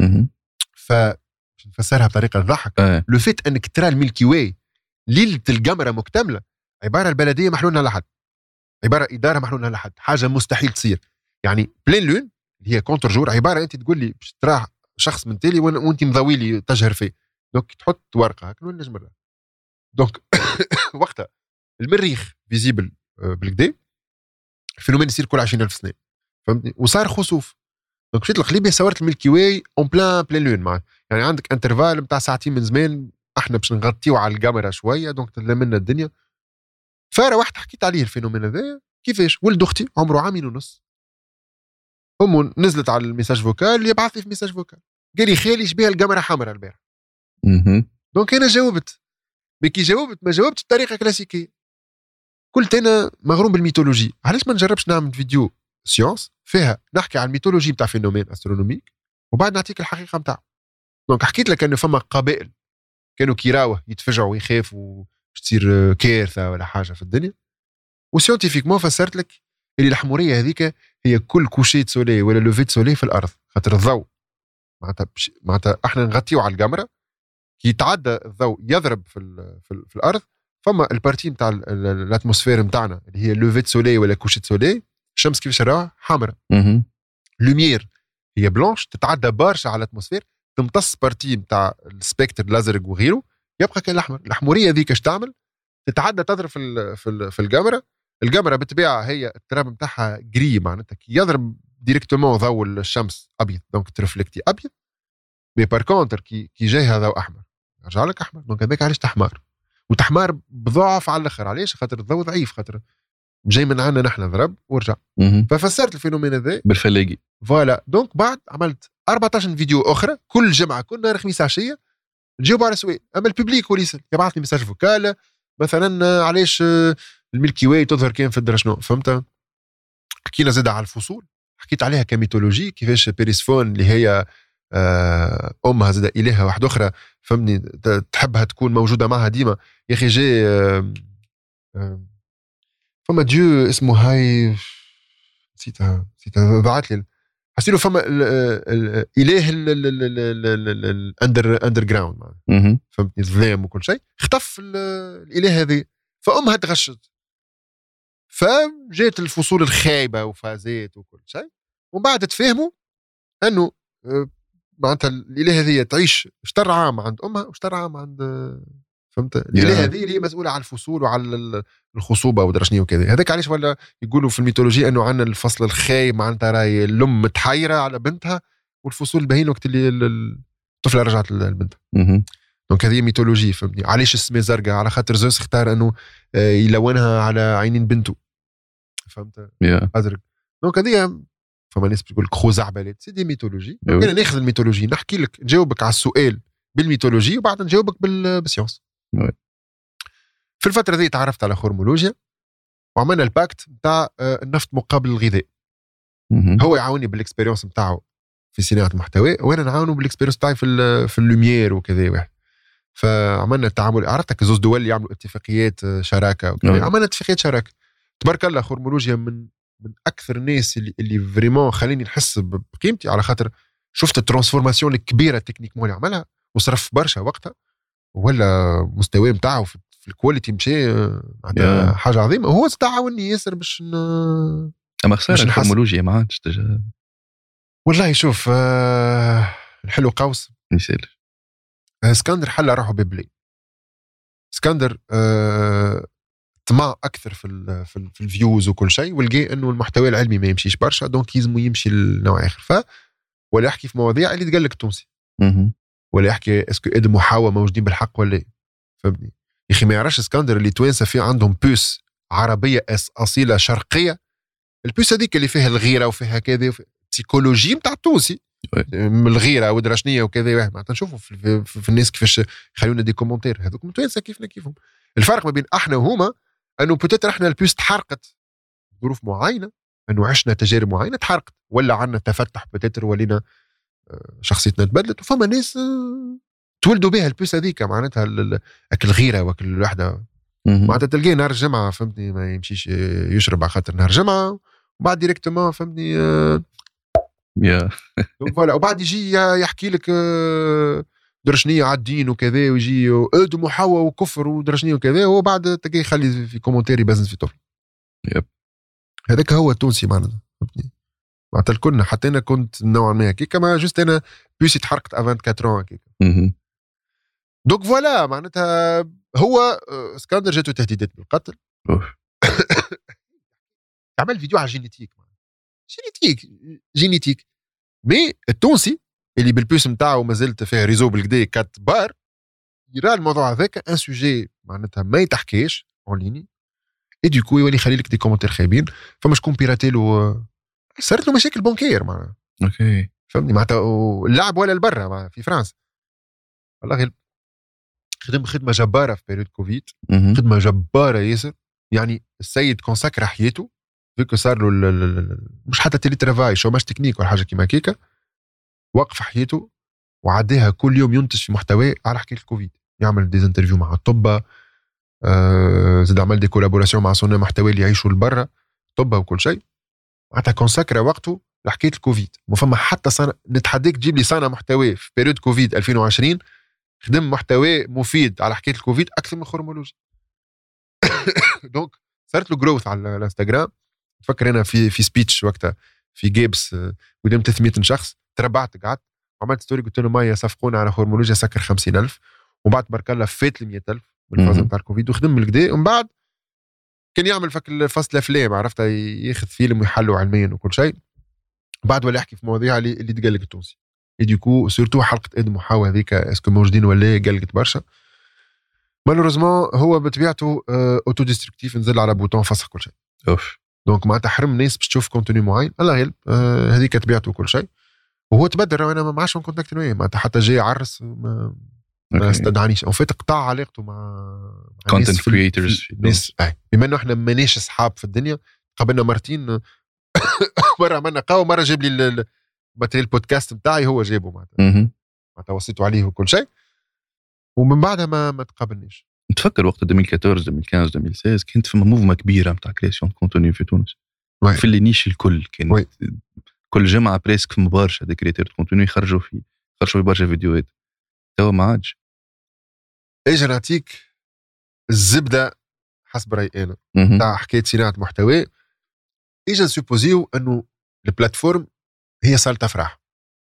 باش نفسرها بطريقه تضحك. لو فيت انك ترى الميلكي واي ليله القمره مكتمله عباره البلديه محلولها لحد، عباره اداره محلولها لحد، حاجه مستحيل تصير. يعني بلين لون اللي هي كونتر جور عباره انت تقول لي باش تراه شخص من تالي وانت مضوي لي تجهر فيه، دونك تحط ورقه هكا ولا نجم. دونك وقتها المريخ فيزيبل بالكدا، الفينومين يصير كل 20,000 سنه فهمتني، وصار خسوف. دونك مشيت لقليبيه صورت الميلكي واي اون بلان لون معاه. يعني عندك انترفال نتاع ساعتين من زمان احنا باش نغطيو على القمره شويه دونك تلمنا الدنيا. فاره واحد حكيت عليه الفينومين هذا كيفاش. ولد اختي عمره 1.5 عام امه نزلت على الميساج فوكال يبعث لي في ميساج فوكال قال لي خالي شبيه القمره حمراء البارح. دونك انا جاوبت، كي جاوبت ما جاوبتش بطريقه كلاسيكيه. قلت انا مغروم بالميثولوجي، علاش ما نجربش نعمل فيديو سيونس فيها نحكي على الميثولوجي بتاع فينومين استرونوميك وبعد نعطيك الحقيقه نتاعو. دونك حكيت لك انه فما قبائل كانوا كيراوه يتفجعوا ويخافوا باش تصير كارثه ولا حاجه في الدنيا، وسيونتيفيكمون فسرت لك اللي الحموريه هذيك هي كل كوشيت سولي ولا لوفيت سولي في الارض، خاطر الضوء معناتها احنا نغطيو على القمره كي يتعدى الضوء يضرب في الارض، فما البارتي نتاع الاتموسفير نتاعنا اللي هي لوفيت سولي ولا كوشيت سولي، الشمس كيفاش راها حمراء. لوميير هي بلانش تتعدى برشا على الاتموسفير تمتص بارتي نتاع السبيكتر الازرق وغيره، يبقى كان الاحمر. الحموريه هذيك اش تعمل؟ تتعدى تضرب في القمره بالطبيعه هي التراب نتاعها جري معناتها كي يضرب ديريكتومون ضوء الشمس ابيض دونك ترفلكتي ابيض، مي بار كونتر كي جايها ضوء احمر يرجع لك احمر. دونك هذاك علاش تحمار وتحمار بضعف على الاخر. علاش؟ خاطر الضوء ضعيف، خاطر جاي من عنا نحن ضرب ورجع. ففسرت الفينومين هذا بالفلاقي فوالا. دونك بعد عملت 14 فيديو اخرى كل جمعه كل نهار خميس عشيه نجاوب على سؤال. اما الببليك هو اللي يسال، يبعث لي ميساج فوكال مثلا علاش الميلكي واي تظهر كان في الدرا شنو فهمت. حكينا زاد على الفصول، حكيت عليها كميثولوجي كيفاش بيريسفون اللي هي امها زاد الهه واحده اخرى فهمني تحبها تكون موجوده معها ديما. يا اخي جاي فما ديو اسمه هاي نسيتها بعث لي حسيلو فما الاله الاندر جراوند فهمتني الظلام وكل شيء، اختف الاله هذه فامها تغشت فجات الفصول الخايبه وفازات وكل شيء، ومن بعد تفهموا انه معناتها الاله هذه تعيش شطر عام عند امها وشطر عام عند فهمت الاله هذه اللي هي مسؤوله على الفصول وعلى الخصوبه ودرشني وكذا. هذاك علاش ولا يقولوا في الميثولوجيا انه عندنا الفصل الخايب معناتها راهي الام متحيره على بنتها والفصول البهين وقت اللي الطفله رجعت لبنتها. دونك هذه ميثولوجي فهمتني. علاش السماء زرقاء؟ على خاطر زوس اختار انه يلونها على عينين بنته فهمت ازرق. دونك هذه فما ناس بتقول لك خزعبلات سي دي ميثولوجي. انا ناخذ الميثولوجي نحكي لك نجاوبك على السؤال بالميثولوجي وبعد نجاوبك بالسيونس. في الفتره ذي تعرفت على خورمولوجيا وعملنا الباكت نتاع النفط مقابل الغذاء. هو يعاوني بالاكسبيريونس نتاعو في صناعه المحتوى وانا نعاونه بالاكسبيريونس تاعي في اللوميير وكذا واحد. فعملنا التعامل، عرفتك زوز دول يعملوا اتفاقيات شراكه وكذا. عملنا اتفاقيات شراكه تبارك الله. خورمولوجيا من اكثر الناس اللي فريمون خليني نحس بقيمتي، على خاطر شفت الترانسفورماسيون الكبيره التكنيك مولي عملها وصرف برشا وقتها ولا مستوى نتاعو في الكواليتي مشي حاجه عظيمه. وهو تعاوني ياسر باش اما خساره الخورمولوجيا ما عادش والله. شوف الحلو قوس مثال اسكندر حل روحه ببلي. اسكندر طمع اكثر في الفيوز وكل شيء، ولقى انه المحتوى العلمي ما يمشيش برشا دونك يلزم يمشي لنوع اخر. ولا يحكي في مواضيع اللي تقال لك التونسي ولا يحكي اسكو ادم وحواء موجودين بالحق ولا فهمني. يا اخي ما يعرفش اسكندر اللي توانسه في عندهم بوس عربيه اصيله شرقيه. البوس هذيك اللي فيها الغيره وفيها كذا بسيكولوجي نتاع التونسي من الغيره ودرشنيه وكذا. معناتها نشوفوا في الناس كيفاش يخلونا دي كومنتير هذوك توانسه كيفهم. الفرق ما بين احنا وهما انه بوتيتر احنا البوس تحرقت ظروف معينه، انه عشنا تجارب معينه تحرقت، ولا عنا تفتح بوتيتر ولينا شخصيتنا تبدلت. وفما ناس تولدوا بها البوس هذيك معناتها الغيره وكل الوحده. معناتها تلقيه نهار الجمعه فهمتني ما يمشيش يشرب على خاطر نهار الجمعه، وبعد ديريكتومون فهمتني يا فوالا. وبعد يجي يحكي لك درشنيه على الدين وكذا، ويجي ادم وحواء وكفر ودرشنيه وكذا، وبعد تلقيه يخلي في كومنتير يبزن في طفل. يب هذاك هو التونسي معناتها فهمتني. معناتها الكل حتى انا كنت نوعا ما هكاك، ما جوست انا بيسي تحرقت 24 هكاك. دوك فوالا معناتها هو اسكندر جاته تهديدات بالقتل. عمل فيديو على جينيتيك مي التونسي اللي بالبوس نتاعو مازلت فيه ريزو بالكدا كات بار يرى الموضوع هذاك ان سوجي معناتها ما يتحكيش اون ليني، اي دوكو يولي يخلي لك دي كومنتير خايبين. فماش كون بيراتيلو صارت له مشاكل بنكير معناها. اوكي فهمني معناتها اللعب ولا البرة في فرنسا. والله خدمة جبارة في بيريود كوفيد، خدمة جبارة ياسر. يعني السيد كونساكر حياته فيك صار له مش حتى تيلي ترافاي شو ماش تكنيك ولا حاجة كيما كيكا، وقف حياته وعديها كل يوم ينتج في محتوى على حكاية الكوفيد. يعمل ديز انترفيو مع الطبة، زاد عمل دي كولابوراسيون مع صناع محتوى اللي يعيشوا لبرا طبة وكل شيء. معناتها كونساكر وقته لحكاية الكوفيد. ما فما حتى نتحديك تجيب لي صانع محتوى في بيريود كوفيد 2020 خدم محتوى مفيد على حكاية الكوفيد أكثر من خرمولوجي. دونك صارت له جروث على الانستغرام. تفكر أنا في سبيتش وقتها في جيبس قدام 300 شخص، تربعت قعدت عملت ستوري قلت له ما يصفقونا على خرمولوجيا سكر 50,000، وبعد تبارك الله فات ال 100,000 بالفازة نتاع الكوفيد وخدم من الكدا. ومن بعد كان يعمل فك الفصل أفلام عرفت ياخذ فيلم ويحلو علميا وكل شيء. بعد ولا يحكي في مواضيع اللي تقلق التونسي. يديكو سورتو حلقة ادم وحواء هذيك اسكو موجودين ولا قلقت برشا. مالوريزمون هو بطبيعته اوتو ديستركتيف، نزل على بوتون فسخ كل شيء. اوف دونك معناتها حرم الناس باش تشوف كونتوني معين. الله غالب هذيك طبيعته كل شيء. وهو تبدل انا ما عادش كونتاكت معاه معناتها حتى جاي عرس ما استدعانيش. او فات قطع علاقته مع كونتنت كرييترز ناس. بما انه احنا مانيش اصحاب في الدنيا، قابلنا مرتين. مره عملنا قهوه، مره جاب لي الماتريال بودكاست نتاعي هو جابه معناتها وصيته عليه وكل شيء، ومن بعدها ما تقابلنيش. نتفكر وقت 2014 2015 2016 كانت في موفمه كبيره نتاع كرياسيون كونتوني في تونس. في اللي نيش الكل كان كل جمعه بريسك في برشا دي كرياتور كونتوني يخرجوا في برشا فيديوهات. توا ما عادش. اجي نعطيك الزبده حسب رايي انا تاع حكايه صناعه محتوى. اجي نسوبوزيو انه البلاتفورم هي صالة افراح،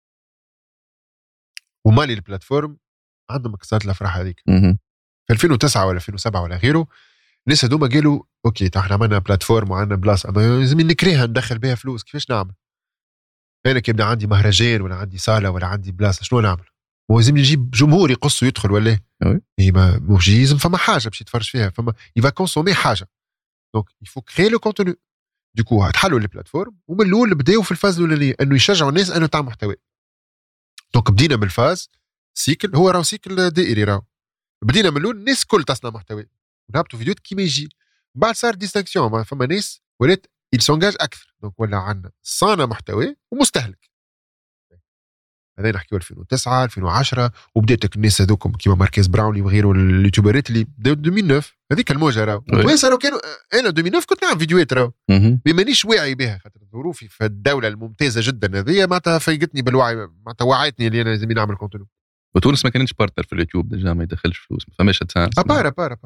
ومالي البلاتفورم عندهم كسرت الافراح هذيك. في 2009 ولا 2007 ولا غيره، الناس هذوما قالوا اوكي احنا عملنا بلاتفورم وعندنا بلاصه لازم نكريها ندخل بها فلوس. كيفاش نعمل؟ انا كي يبدا عندي مهرجان ولا عندي صاله ولا عندي بلاصه شنو نعمل؟ لازم نجيب جمهور يقص ويدخل ولا ايه؟ مش لازم فما حاجه باش يتفرج فيها، فما يفا كونسومي حاجه. دونك يفو كري لو كونتوني. ديكو هتحلوا البلاتفورم، ومن الاول بداوا في الفاز الاولانيه انه يشجعوا الناس انه تعمل محتوى. دونك بدينا بالفاز سيكل، هو راهو سيكل دائري. راهو بدينا من الاول الناس كل تصنع محتوى ونهبطوا فيديوهات كيما يجي. بعد صار ديستانكسيون، فما ناس ولات يلسونجاج اكثر. دونك ولا عندنا صانع محتوى ومستهلك. هذا نحكيو 2009 2010، وبداتك الناس هذوكم كيما ماركيز براونلي وغيره اليوتيوبرات اللي بداو 2009 هذيك الموجه. راهو وين كانوا انا 2009 كنت نعمل فيديوهات راهو مانيش واعي بها خاطر ظروفي في الدوله الممتازه جدا هذه معناتها فيقتني بالوعي، معناتها وعيتني اللي انا لازم نعمل كونتوني. وتونس ما كانتش بارتنر في اليوتيوب ديجا، ما يدخلش فلوس، ما فماش ادسانس. ابار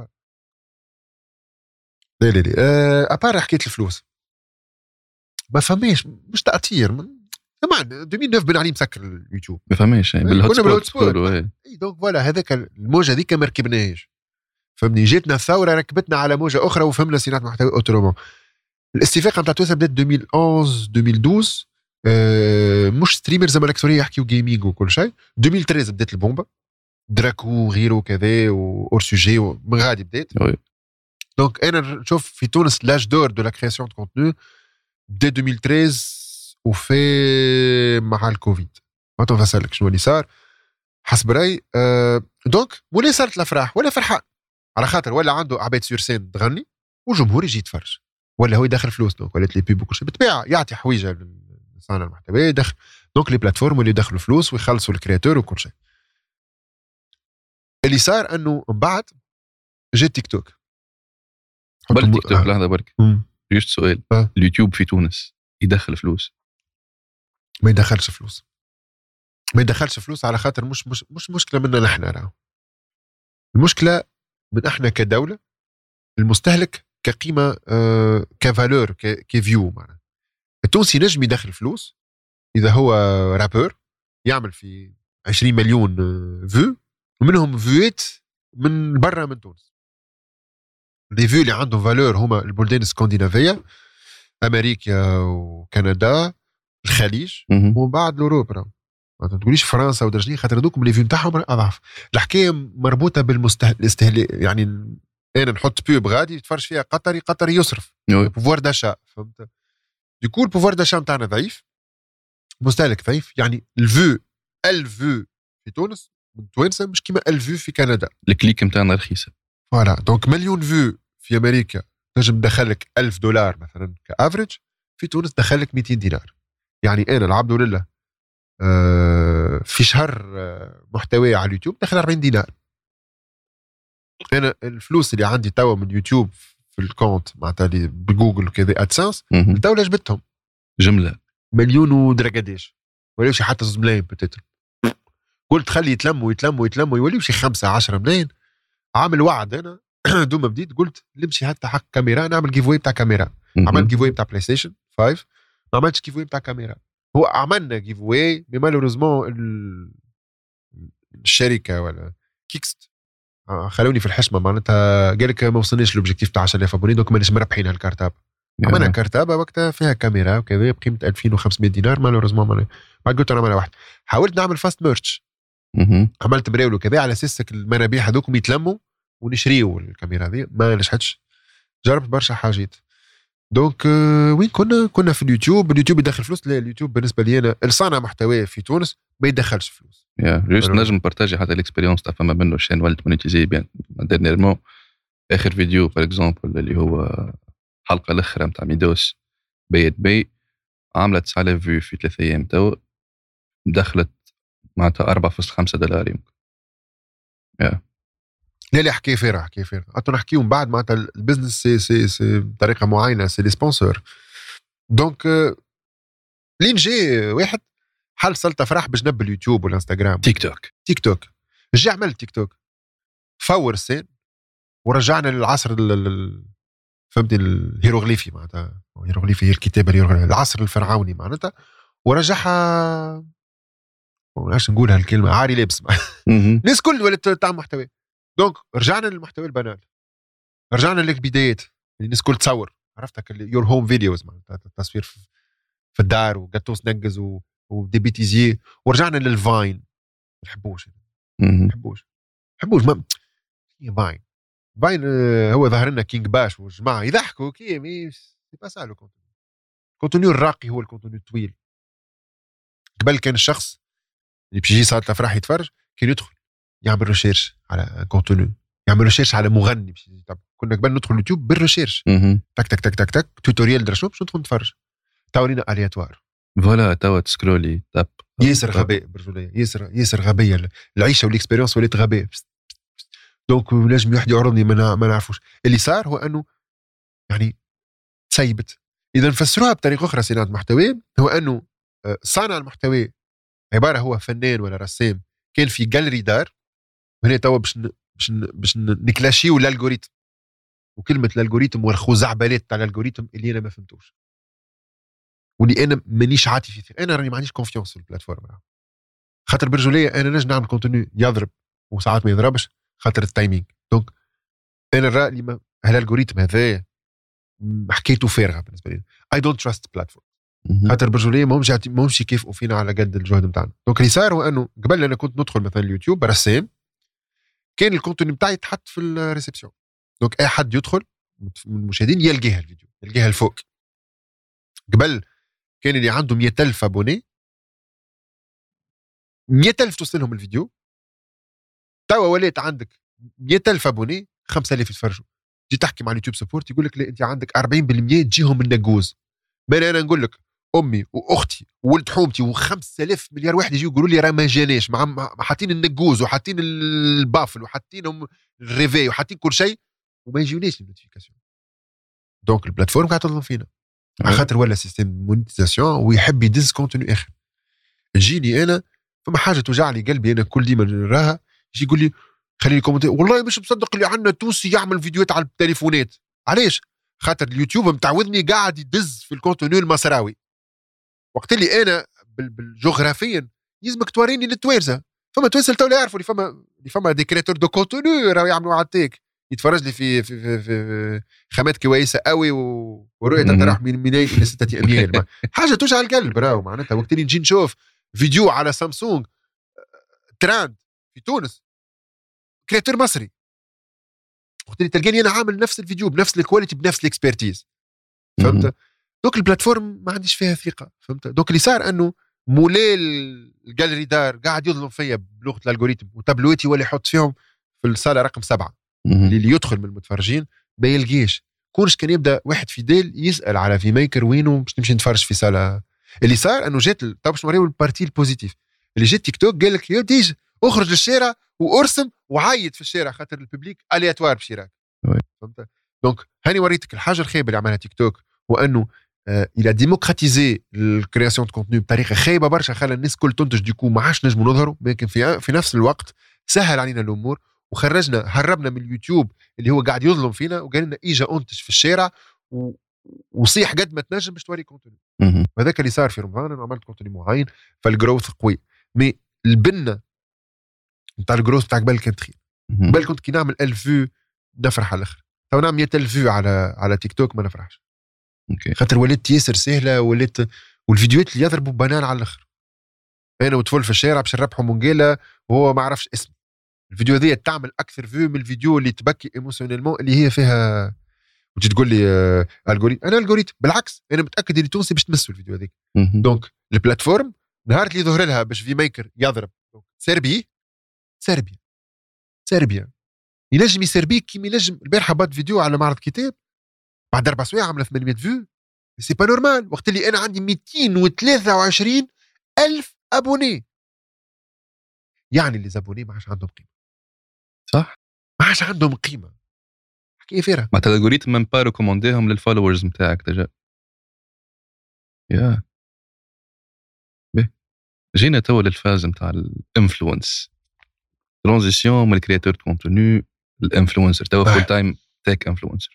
لا ابار حكايه الفلوس ما فماش، مش تاثير طبعا 2009 بن علي مسكر اليوتيوب ما فماش بالهوت سبوت. اي دونك فوالا هذاك الموجه هذيك ما ركبناهاش. فهمني جاتنا الثوره ركبتنا على موجه اخرى وفهمنا صناعه محتوى اوتومون. الاستفاقه نتاع تويتر بدات 2011 2012. مش ستريمرز زعما الاكثريه يحكيو جيمنج وكل شيء. 2013 بدات البومبا دراكو غيره كذا واور سوجي من غادي بديت. دونك انا نشوف في تونس لاج دور دو لا كرياسيون دو كونتوني دي 2013 وفي مع الكوفيد. ما تنفسلك شنو اللي صار حسب راي. دونك ولا صارت الافراح ولا فرحان على خاطر ولا عنده عباد سور سين تغني وجمهور يجي يتفرج، ولا هو يدخل فلوس. دونك ولات لي بيب وكل شيء بالطبيعه يعطي حويجه لصانع المحتوى يدخل. دونك لي بلاتفورم اللي يدخلوا فلوس ويخلصوا الكرياتور وكل شيء. اللي صار انه من بعد جا تيك توك. قبل تيك توك لحظه برك جوست سؤال. اليوتيوب في تونس يدخل فلوس؟ ما يدخلش فلوس، ما يدخلش فلوس على خاطر مش مشكله منا نحن. راه المشكله من احنا كدوله، المستهلك كقيمه كفالور كفيو. معناها التونسي نجم يدخل فلوس اذا هو رابور يعمل في 20 مليون فيو ومنهم فيوات من برا من تونس. لي فيو اللي عندهم فالور هما البلدان الاسكندنافيه، امريكا وكندا الخليج ومن بعد اوروبا. ما تقوليش فرنسا ودرجني خاطر دوكم لي فيو نتاعهم اضعف. الحكايه مربوطه بالاستهلاك. يعني انا نحط بيوب غادي يتفرج فيها قطري يصرف بوفوار داشا. فهمت؟ ديكو البوفوار داشا نتاعنا ضعيف، مستهلك ضعيف. يعني الفيو في تونس من توانسه مش كيما الفيو في كندا. الكليك نتاعنا رخيصه. فوالا دونك مليون فيو في امريكا تنجم تدخلك $1000 مثلا كافريج، في تونس دخلك 200 دينار. يعني انا العبد لله في شهر محتوى على اليوتيوب دخل 40 دينار. انا الفلوس اللي عندي توا من يوتيوب في الكونت معناتها بجوجل وكذا ادسنس الدوله جبتهم جمله مليون ودرجاديش، ولا شي حتى 2 ملايين بتتر. قلت خلي يتلموا يوليو شي 5-10 ملايين. عامل وعد انا دوما بديت قلت نمشي حتى حق كاميرا نعمل جيف واي بتاع كاميرا. عملت جيف واي بتاع بلاي ستيشن 5، ما عملتش جيف واي بتاع كاميرا. هو عملنا جيف واي مالوريزمون الشركه ولا كيكست خلوني في الحشمه معناتها قال لك ما وصلناش لوبجيكتيف تاع 10000 ابوني دونك مانيش مربحين هالكارتاب. عملنا كارتابه وقتها فيها كاميرا وكذا بقيمه 2500 دينار مالوريزمون. بعد قلت انا واحد حاولت نعمل فاست ميرتش، عملت براول وكذا على اساس المنابيع هذوكم يتلموا ونشريوا الكاميرا هذه. ما نجحتش، جربت برشا حاجات. دونك وين كنا في اليوتيوب يدخل فلوس. لا اليوتيوب بالنسبه لي انا الصانع محتوى في تونس ما يدخلش فلوس. جوست نجم بارتاجي حتى الاكسبيريونس تاع فما منه الشين ولت مونيتيزي بيان ديرنيرمون. اخر فيديو بار اكزومبل اللي هو حلقه الاخرى نتاع ميدوس بي عملت 9000 فيو في 3 ايام تو دخلت معناتها $4.5 يمكن. لا حكي فيرا حتى نحكيهم بعد معناتها البزنس سي بطريقه معينه سي لي سبونسور. دونك لين جي واحد حل سلطه فرح باش نب اليوتيوب والانستغرام تيك توك جي عمل تيك توك فور السين ورجعنا للعصر فهمتني الهيروغليفي. معناتها الهيروغليفي هي الكتابه العصر الفرعوني معناتها، ورجعها عاش نقولها الكلمه عاري لابس الناس كل ولات تعمل محتوى. دونك رجعنا للمحتوى البنال، رجعنا للبدايات الناس كل تصور عرفتك يور هوم فيديوز معناتها التصوير في الدار وجاتوس ننجز ودي بيتيزي، ورجعنا للفاين. ما نحبوش ما فاين هو ظهر لنا كينج باش والجماعه يضحكوا كي مي سي با سا لو كونتوني الراقي هو الكونتوني الطويل. قبل كان الشخص اللي بيجي صارت له فرح يتفرج كان يدخل يعمل ريشيرش على كونتوني، يعمل ريشيرش على مغني. طب كنا قبل ندخل اليوتيوب بالريشيرش تك تك تك تك تك توتوريال درا شنو باش ندخل نتفرج تاورينا الياتوار فوالا توا تسكرولي تاب ياسر غباء برجوليه ياسر غبيه العيشه والاكسبيرينس ولات غباء. دونك لازم واحد يعرضني ما نعرفوش. اللي صار هو انه يعني تسيبت. اذا نفسروها بطريقه اخرى صناعه المحتوى هو انه صانع المحتوى عباره هو فنان ولا رسام كان في جاليري دار. هنا توا باش نكلاشيو الالغوريثم، وكلمه الالغوريثم والخزعبلات تاع الالغوريثم اللي انا ما فهمتوش واللي انا مانيش عاطي فيه. انا راني ما عنديش كونفيونس في البلاتفورم خاطر برجوليه انا نجم نعمل كونتوني يضرب وساعات ما يضربش خاطر التايمينج. دونك انا الراي ما هالالغوريثم هذا حكيته فارغه بالنسبه لي. اي دونت تراست بلاتفورم خاطر برجوليه ما همش يكافئوا فينا على قد الجهد نتاعنا. دونك اللي صار هو انه قبل انا كنت ندخل مثلا اليوتيوب رسام كان الكونتوني بتاعي يتحط في الريسبسيون. دونك اي حد يدخل من المشاهدين يلقاها الفيديو، يلقاها الفوق. قبل كان اللي عنده 100,000 ابوني 100,000 توصلهم الفيديو. توا ولات عندك 100,000 ابوني 5,000 يتفرجوا. تجي تحكي مع اليوتيوب سبورت يقول لك لا انت عندك 40% تجيهم من النجوز. ما انا نقول لك امي واختي وولد حومتي و5,000 مليار واحد يجيو يقولوا لي راه ما جاناش، مع حاطين النجوز وحاطين البافل وحاطينهم الريفي وحاطين كل شيء وما يجيوناش النوتيفيكاسيون. دونك البلاتفورم قاعد تظلم فينا على خاطر ولا سيستم مونيتيزاسيون ويحب يدز كونتوني اخر. تجيني انا فما حاجه توجع لي قلبي انا كل ديما نراها، يجي يقول لي خليني كومنتي والله مش مصدق اللي عندنا تونسي يعمل فيديوهات على التليفونات. علاش؟ خاطر اليوتيوب متعودني قاعد يدز في الكونتوني المصراوي. وقت اللي انا بالجغرافيا يلزمك توريني للتوانسه. فما توانسه تو لا يعرفوا اللي فما دي كرياتور دو كونتوني راهو يعملوا عالتيك يتفرج لي في خامات كويسه قوي ورؤيه تتراوح من 200 الى 6 اميال. حاجه توجع القلب راهو معناتها. وقت اللي نجي نشوف فيديو على سامسونج تراند في تونس كرياتور مصري، وقت اللي تلقاني انا عامل نفس الفيديو بنفس الكواليتي بنفس الاكسبرتيز. فهمت؟ دوك البلاتفورم ما عنديش فيها ثقه. فهمت؟ دوك اللي صار انه مولاي الجاليري دار قاعد يظلم فيا بلغه الالغوريتم وتابلويتي ولا يحط فيهم في الصاله رقم 7 اللي يدخل من المتفرجين ما يلقيش. كونش كان يبدا واحد فيديل يسال على في ميكر وينه باش نمشي نتفرج في صاله. اللي صار انه جات تو باش نوريو البارتي البوزيتيف اللي جات تيك توك قال لك يا ديج اخرج للشارع وارسم وعيط في الشارع خاطر الببليك الياتوار باش يراك. فهمت؟ دونك هاني وريتك الحاجه الخايبه اللي عملها تيك توك وانه الى ديموكراتيزي الكرياسيون دو كونتوني بطريقه خايبه برشا، خلى الناس كل تنتج ديكو ما عادش نجموا نظهروا. لكن في نفس الوقت سهل علينا الامور وخرجنا هربنا من اليوتيوب اللي هو قاعد يظلم فينا وقال لنا اجا انتج في الشارع وصيح قد ما تنجم باش توري كونتوني. وهذاك اللي صار في رمضان. انا عملت كونتوني معين فالجروث قوي. مي البنه نتاع الجروث تاع قبل كانت خير. قبل كنت كي نعمل 1000 فيو نفرح على الاخر. تو نعمل 100,000 فيو على تيك توك ما نفرحش. خاطر ولات ياسر سهله والفيديوهات اللي يضربوا بنان على الاخر. انا وطفل في الشارع باش نربحوا مونجيلا وهو ما عرفش اسمه. الفيديو هذه تعمل اكثر فيو من الفيديو اللي تبكي ايموشنيلمون اللي هي فيها وتجي تقول لي الجوريتم. انا الجوريتم بالعكس انا متاكد اللي تونسي باش تمسوا الفيديو هذيك. دونك البلاتفورم نهار اللي ظهر لها باش في ميكر يضرب سربيا ينجم يسربيك كيما ينجم. البارحه بات فيديو على معرض كتاب بعد 4 سوايع عمل 800 فيو. سي با نورمال وقت اللي انا عندي 223,000 ابوني. يعني اللي زابوني ما عادش عندهم قيمه. صح ما عادش عندهم قيمه. حكايه فيرا معناتها الالغوريتم من با ريكومونديهم للفولورز نتاعك ديجا. يا جينا تو للفاز نتاع الانفلونس ترانزيسيون من الكرياتور دو كونتوني الانفلونسر. تو فول تايم تيك انفلونسر.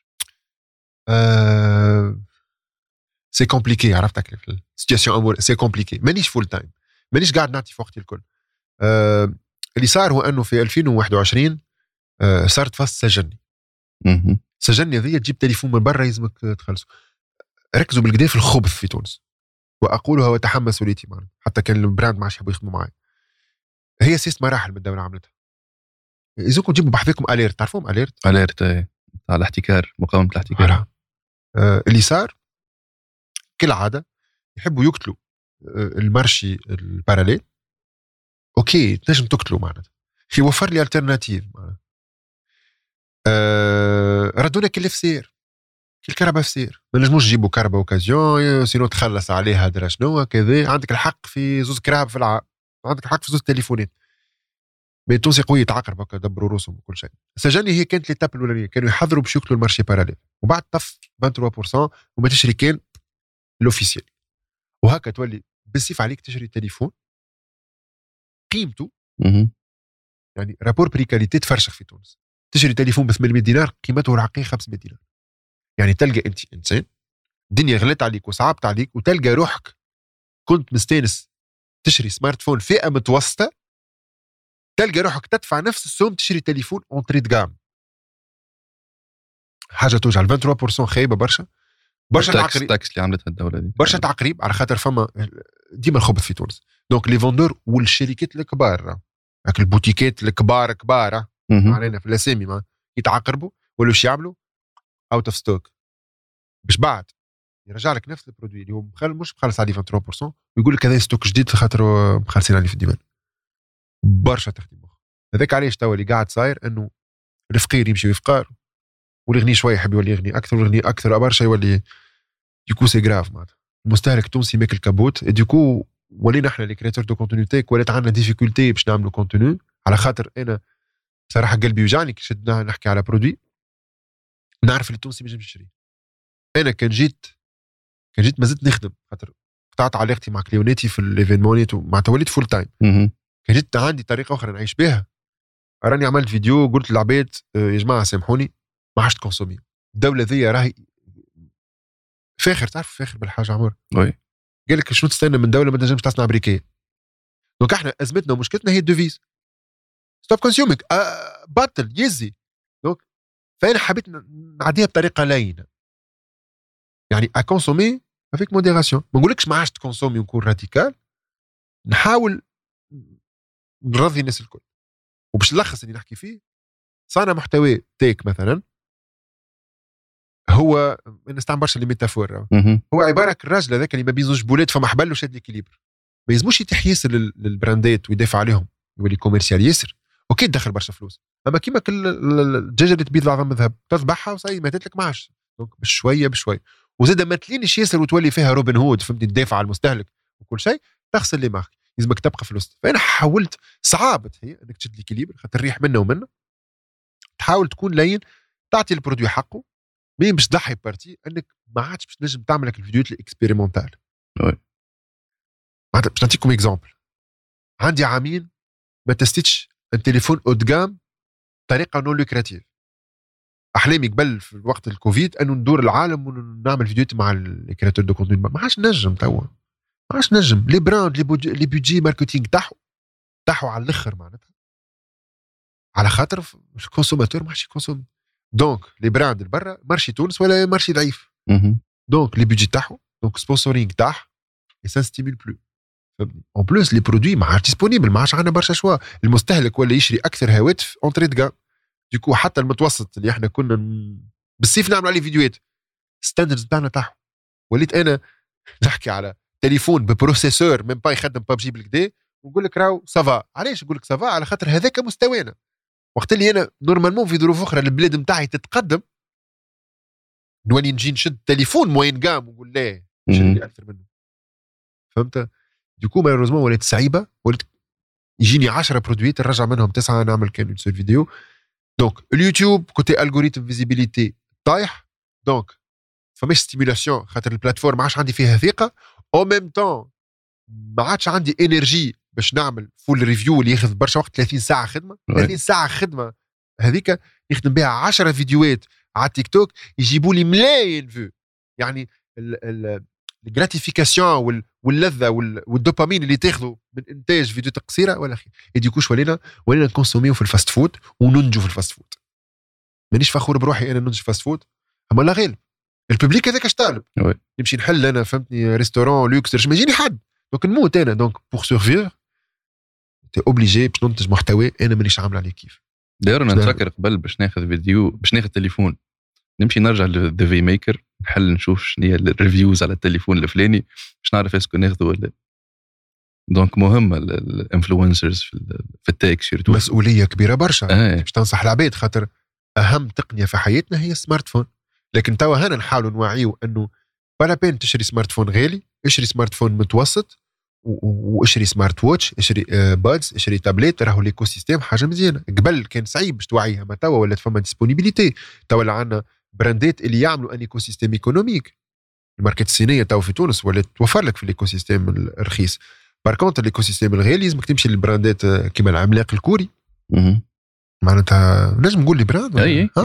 سي كومبليكي. عرفتك في السيتواسيون امور سي كومبليكي. مانيش فول تايم مانيش قاعد نعطي في وقتي الكل. اللي صار هو انه في 2021 صارت فاس سجني ذي تجيب تليفون من برا يلزمك تخلصه. ركزوا بالكدا في الخبث في تونس واقولها واتحمل مسؤوليتي معنا حتى كان البراند ما عادش يحبوا يخدموا معايا. هي 6 مراحل من الدوله عملتها. اذاكم تجيبوا بحثكم اليرت. تعرفون اليرت على الاحتكار مقاومه الاحتكار. اللي صار كالعاده يحبوا يقتلوا المارشي الباراليل. اوكي تنجم تقتلوا معناتها في وفر لي الترناتيف معناتها. ردونا كل فسير كل كهرباء فسير ما نجموش نجيبوا كهرباء اوكازيون سينو تخلص عليها درا شنو كذا. عندك الحق في زوز كراب في العام عندك الحق في زوز تليفونات. مي تونسي قوي تعقرب هكا دبروا روسهم وكل شيء. سجني هي كانت ليتاب الاولانيه كانوا يحضروا باش يقتلوا المارشي باراليل وبعد طف 23% وما تشري كان لوفيسيال. وهكا تولي بالسيف عليك تشري تليفون قيمته يعني رابور بريكاليتي تفرشخ في تونس. تشري تليفون ب 800 دينار قيمته الحقيقيه 500 دينار. يعني تلقى انت انسان الدنيا غلت عليك وصعبت عليك وتلقى روحك كنت مستانس تشري سمارت فون فئه متوسطه تلقى روحك تدفع نفس السوم تشري تليفون اونتري دو غام. حاجه توجع. 23% خايبه برشا تعقريب. التاكس اللي عملتها الدوله دي برشا تعقريب على خاطر فما ديما الخبث في تونس. دونك لي فوندور والشركات الكبار هاك البوتيكات الكبار علينا في الاسامي ما يتعاقربوا ولا وش يعملوا اوت اوف ستوك باش بعد يرجع لك نفس البرودوي اللي هو مش مخلص عليه 23% ويقول لك هذا ستوك جديد خاطر مخلصين عليه في الديوان. برشا تخدم مخ. هذاك علاش توا اللي قاعد صاير انه الفقير يمشي يفقر والغني شويه يحب يولي يغني اكثر والغني اكثر برشا يولي ديكو سي غراف معناتها المستهلك التونسي ماكل كابوت ديكو ولينا احنا لي كرياتور دو كونتوني تيك ولات عندنا ديفيكولتي باش نعملوا كونتوني على خاطر انا صراحه قلبي يوجعني كي شدنا نحكي على برودوي نعرف اللي التونسي ما ينجمش يشري. انا كان جيت ما زلت نخدم خاطر قطعت علاقتي مع كليوناتي في الايفينمونات ومع توليت فول تايم. كان جيت عندي طريقه اخرى نعيش بها. راني عملت فيديو قلت للعباد يا جماعه سامحوني ما عادش تكونسومي الدوله ذي راهي فاخر. تعرف فاخر بالحاجه عمر وي قال لك شنو تستنى من دوله ما تنجمش تصنع بريكيه. دونك احنا ازمتنا ومشكلتنا هي الدوفيز ستوب كونسيومينج بطل يزي. دونك فانا حبيت نعديها بطريقه لينه يعني اكونسومي افيك موديراسيون. ما نقولكش ما عادش تكونسومي ونكون راديكال نحاول نرضي الناس الكل. وباش نلخص اللي نحكي فيه صانع محتوى تيك مثلا هو نستعمل برشا لي ميتافور هو عباره الراجل هذاك اللي ما بين زوج بولات فما حبل له شاد ليكيليبر ما يلزموش يتيح ياسر للبراندات ويدافع عليهم يولي كوميرسيال ياسر اوكي تدخل برشا فلوس اما كيما كل الدجاجه اللي تبيض العظم ذهب تذبحها وصاي ماتت لك معاش. دونك بشويه وزاد ما تلينش ياسر وتولي فيها روبن هود فهمتني تدافع على المستهلك وكل شيء تغسل لي مارك لازمك تبقى في الوسط. فانا حاولت صعابه هي انك تشد ليكيليبر خاطر الريح منه ومنه تحاول تكون لين تعطي البرودوي حقه مين باش تضحي بارتي انك ما عادش باش تنجم تعمل لك الفيديوهات الاكسبيريمونتال. باش نعطيكم اكزامبل. عندي عامين ما تستيتش التليفون او جام طريقه نون لوكراتيف. احلامي قبل في وقت الكوفيد انه ندور العالم ونعمل فيديوهات مع الكرياتور دو كونتوني ما عادش نجم توا ما عادش نجم. لي براند لي بودجي ماركتينغ تاعو على الاخر معناتها على خاطر الكونسوماتور ما عادش يكونسوم. دونك لي براند البرا مارشي تونس ولا مارشي ضعيف. دونك لي بودجي تاعو دونك سبونسورينغ تاعه سان ستيمول بلو فهمتني. اون بلوس لي برودوي ما عادش ديسپونيبل ما عادش عندنا برشا شوا. المستهلك ولا يشري اكثر هواتف اونتري دغام ديكو حتى المتوسط اللي احنا كنا بالسيف نعمل عليه فيديوهات ستاندردز بتاعنا تاعو وليت انا نحكي على تليفون ببروسيسور ميم با يخدم ببجي بالكدا ونقول لك راهو سافا. علاش نقول لك سافا؟ على خاطر هذاك مستوانا. وقت اللي انا نورمالمون في ظروف اخرى البلاد نتاعي تتقدم نولي نجي نشد تليفون موين جام ونقول لا شد اكثر منه فهمت. ديكو مالوريزمون ولات صعيبه ولات يجيني 10 برودويات نرجع منهم 9 نعمل كان سول فيديو. دونك اليوتيوب كوتي الغوريثم فيزيبيليتي طايح. دونك فماش ستيمولاسيون خاطر البلاتفورم ما عادش عندي فيها ثقه او ميم طون ما عادش عندي انرجي باش نعمل فول ريفيو اللي ياخذ برشا وقت 30 ساعه خدمه 30 ساعه خدمه هذيك نخدم بها 10 فيديوهات على تيك توك يجيبوا لي ملايين فيو. يعني الجراتيفيكاسيون واللذه والدوبامين اللي تاخذوا من انتاج فيديو قصيره ولا خير يديكوش ولينا نكونسوميو في الفاست فود وننجو في الفاست فود. مانيش فخور بروحي انا ننجو فاست فود اما لا غالب الببليك هذاك اش طالب نمشي نحل انا فهمتني ريستورون لوكس ما يجيني حد دونك نموت انا. دونك بور سورفير تي اوبليجي باش ننتج محتوى انا مانيش عامل عليه كيف. داير انا نفكر قبل باش ناخذ فيديو باش ناخذ تليفون نمشي نرجع لذا في ميكر نحل نشوف شنو هي الريفيوز على التليفون الفلاني باش نعرف اسكو ناخذه ولا. دونك مهمه الانفلونسرز في التيك سيرتو مسؤوليه كبيره برشا باش تنصح العباد خاطر اهم تقنيه في حياتنا هي السمارت فون. لكن توا هنا نحاولوا نوعيو انه بلا بين تشري سمارت فون غالي اشري سمارت فون متوسط واشري سمارت ووتش اشري بادز اشري تابليت. راهو ليكو سيستيم حاجه مزيانه. قبل كان صعيب باش توعيها ما توا ولات فما ديسپونيبيليتي. توا عندنا براندات اللي يعملوا ان ايكو سيستيم ايكونوميك. الماركت الصينيه توا في تونس ولا توفر لك في الايكو سيستيم الرخيص. باركونت الايكو سيستيم الغالي لازمك تمشي للبراندات كيما العملاق الكوري معناتها نجم نقول لي براند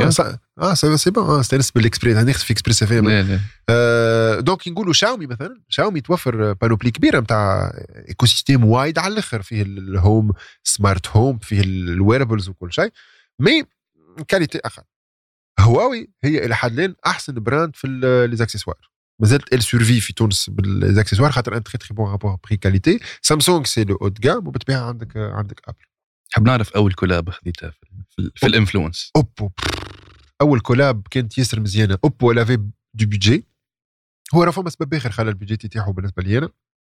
سي بون استانس بالاكسبريس هنخدم في اكسبريس اف ام. دونك نقولوا شاومي مثلا شاومي توفر بانوبلي كبيره نتاع ايكو سيستيم وايد على الاخر فيه الهوم سمارت هوم فيه الويربلز وكل شيء مي كاليتي اقل. هواوي هي الى حد الان احسن براند في لي زاكسيسوار مازالت ال سورفي في تونس بالاكسسوار خاطر ان تري تري بون رابور بري كاليتي. سامسونج سي لو اوت جام وبالطبيعه عندك ابل. حاب نعرف اول كولاب خديتها في الانفلونس. اوبو اول كولاب كانت ياسر مزيانه. اوبو لافي دو بيدجي، هو راه فما سبب اخر خلى البيدجي تاعو بالنسبه لي انا،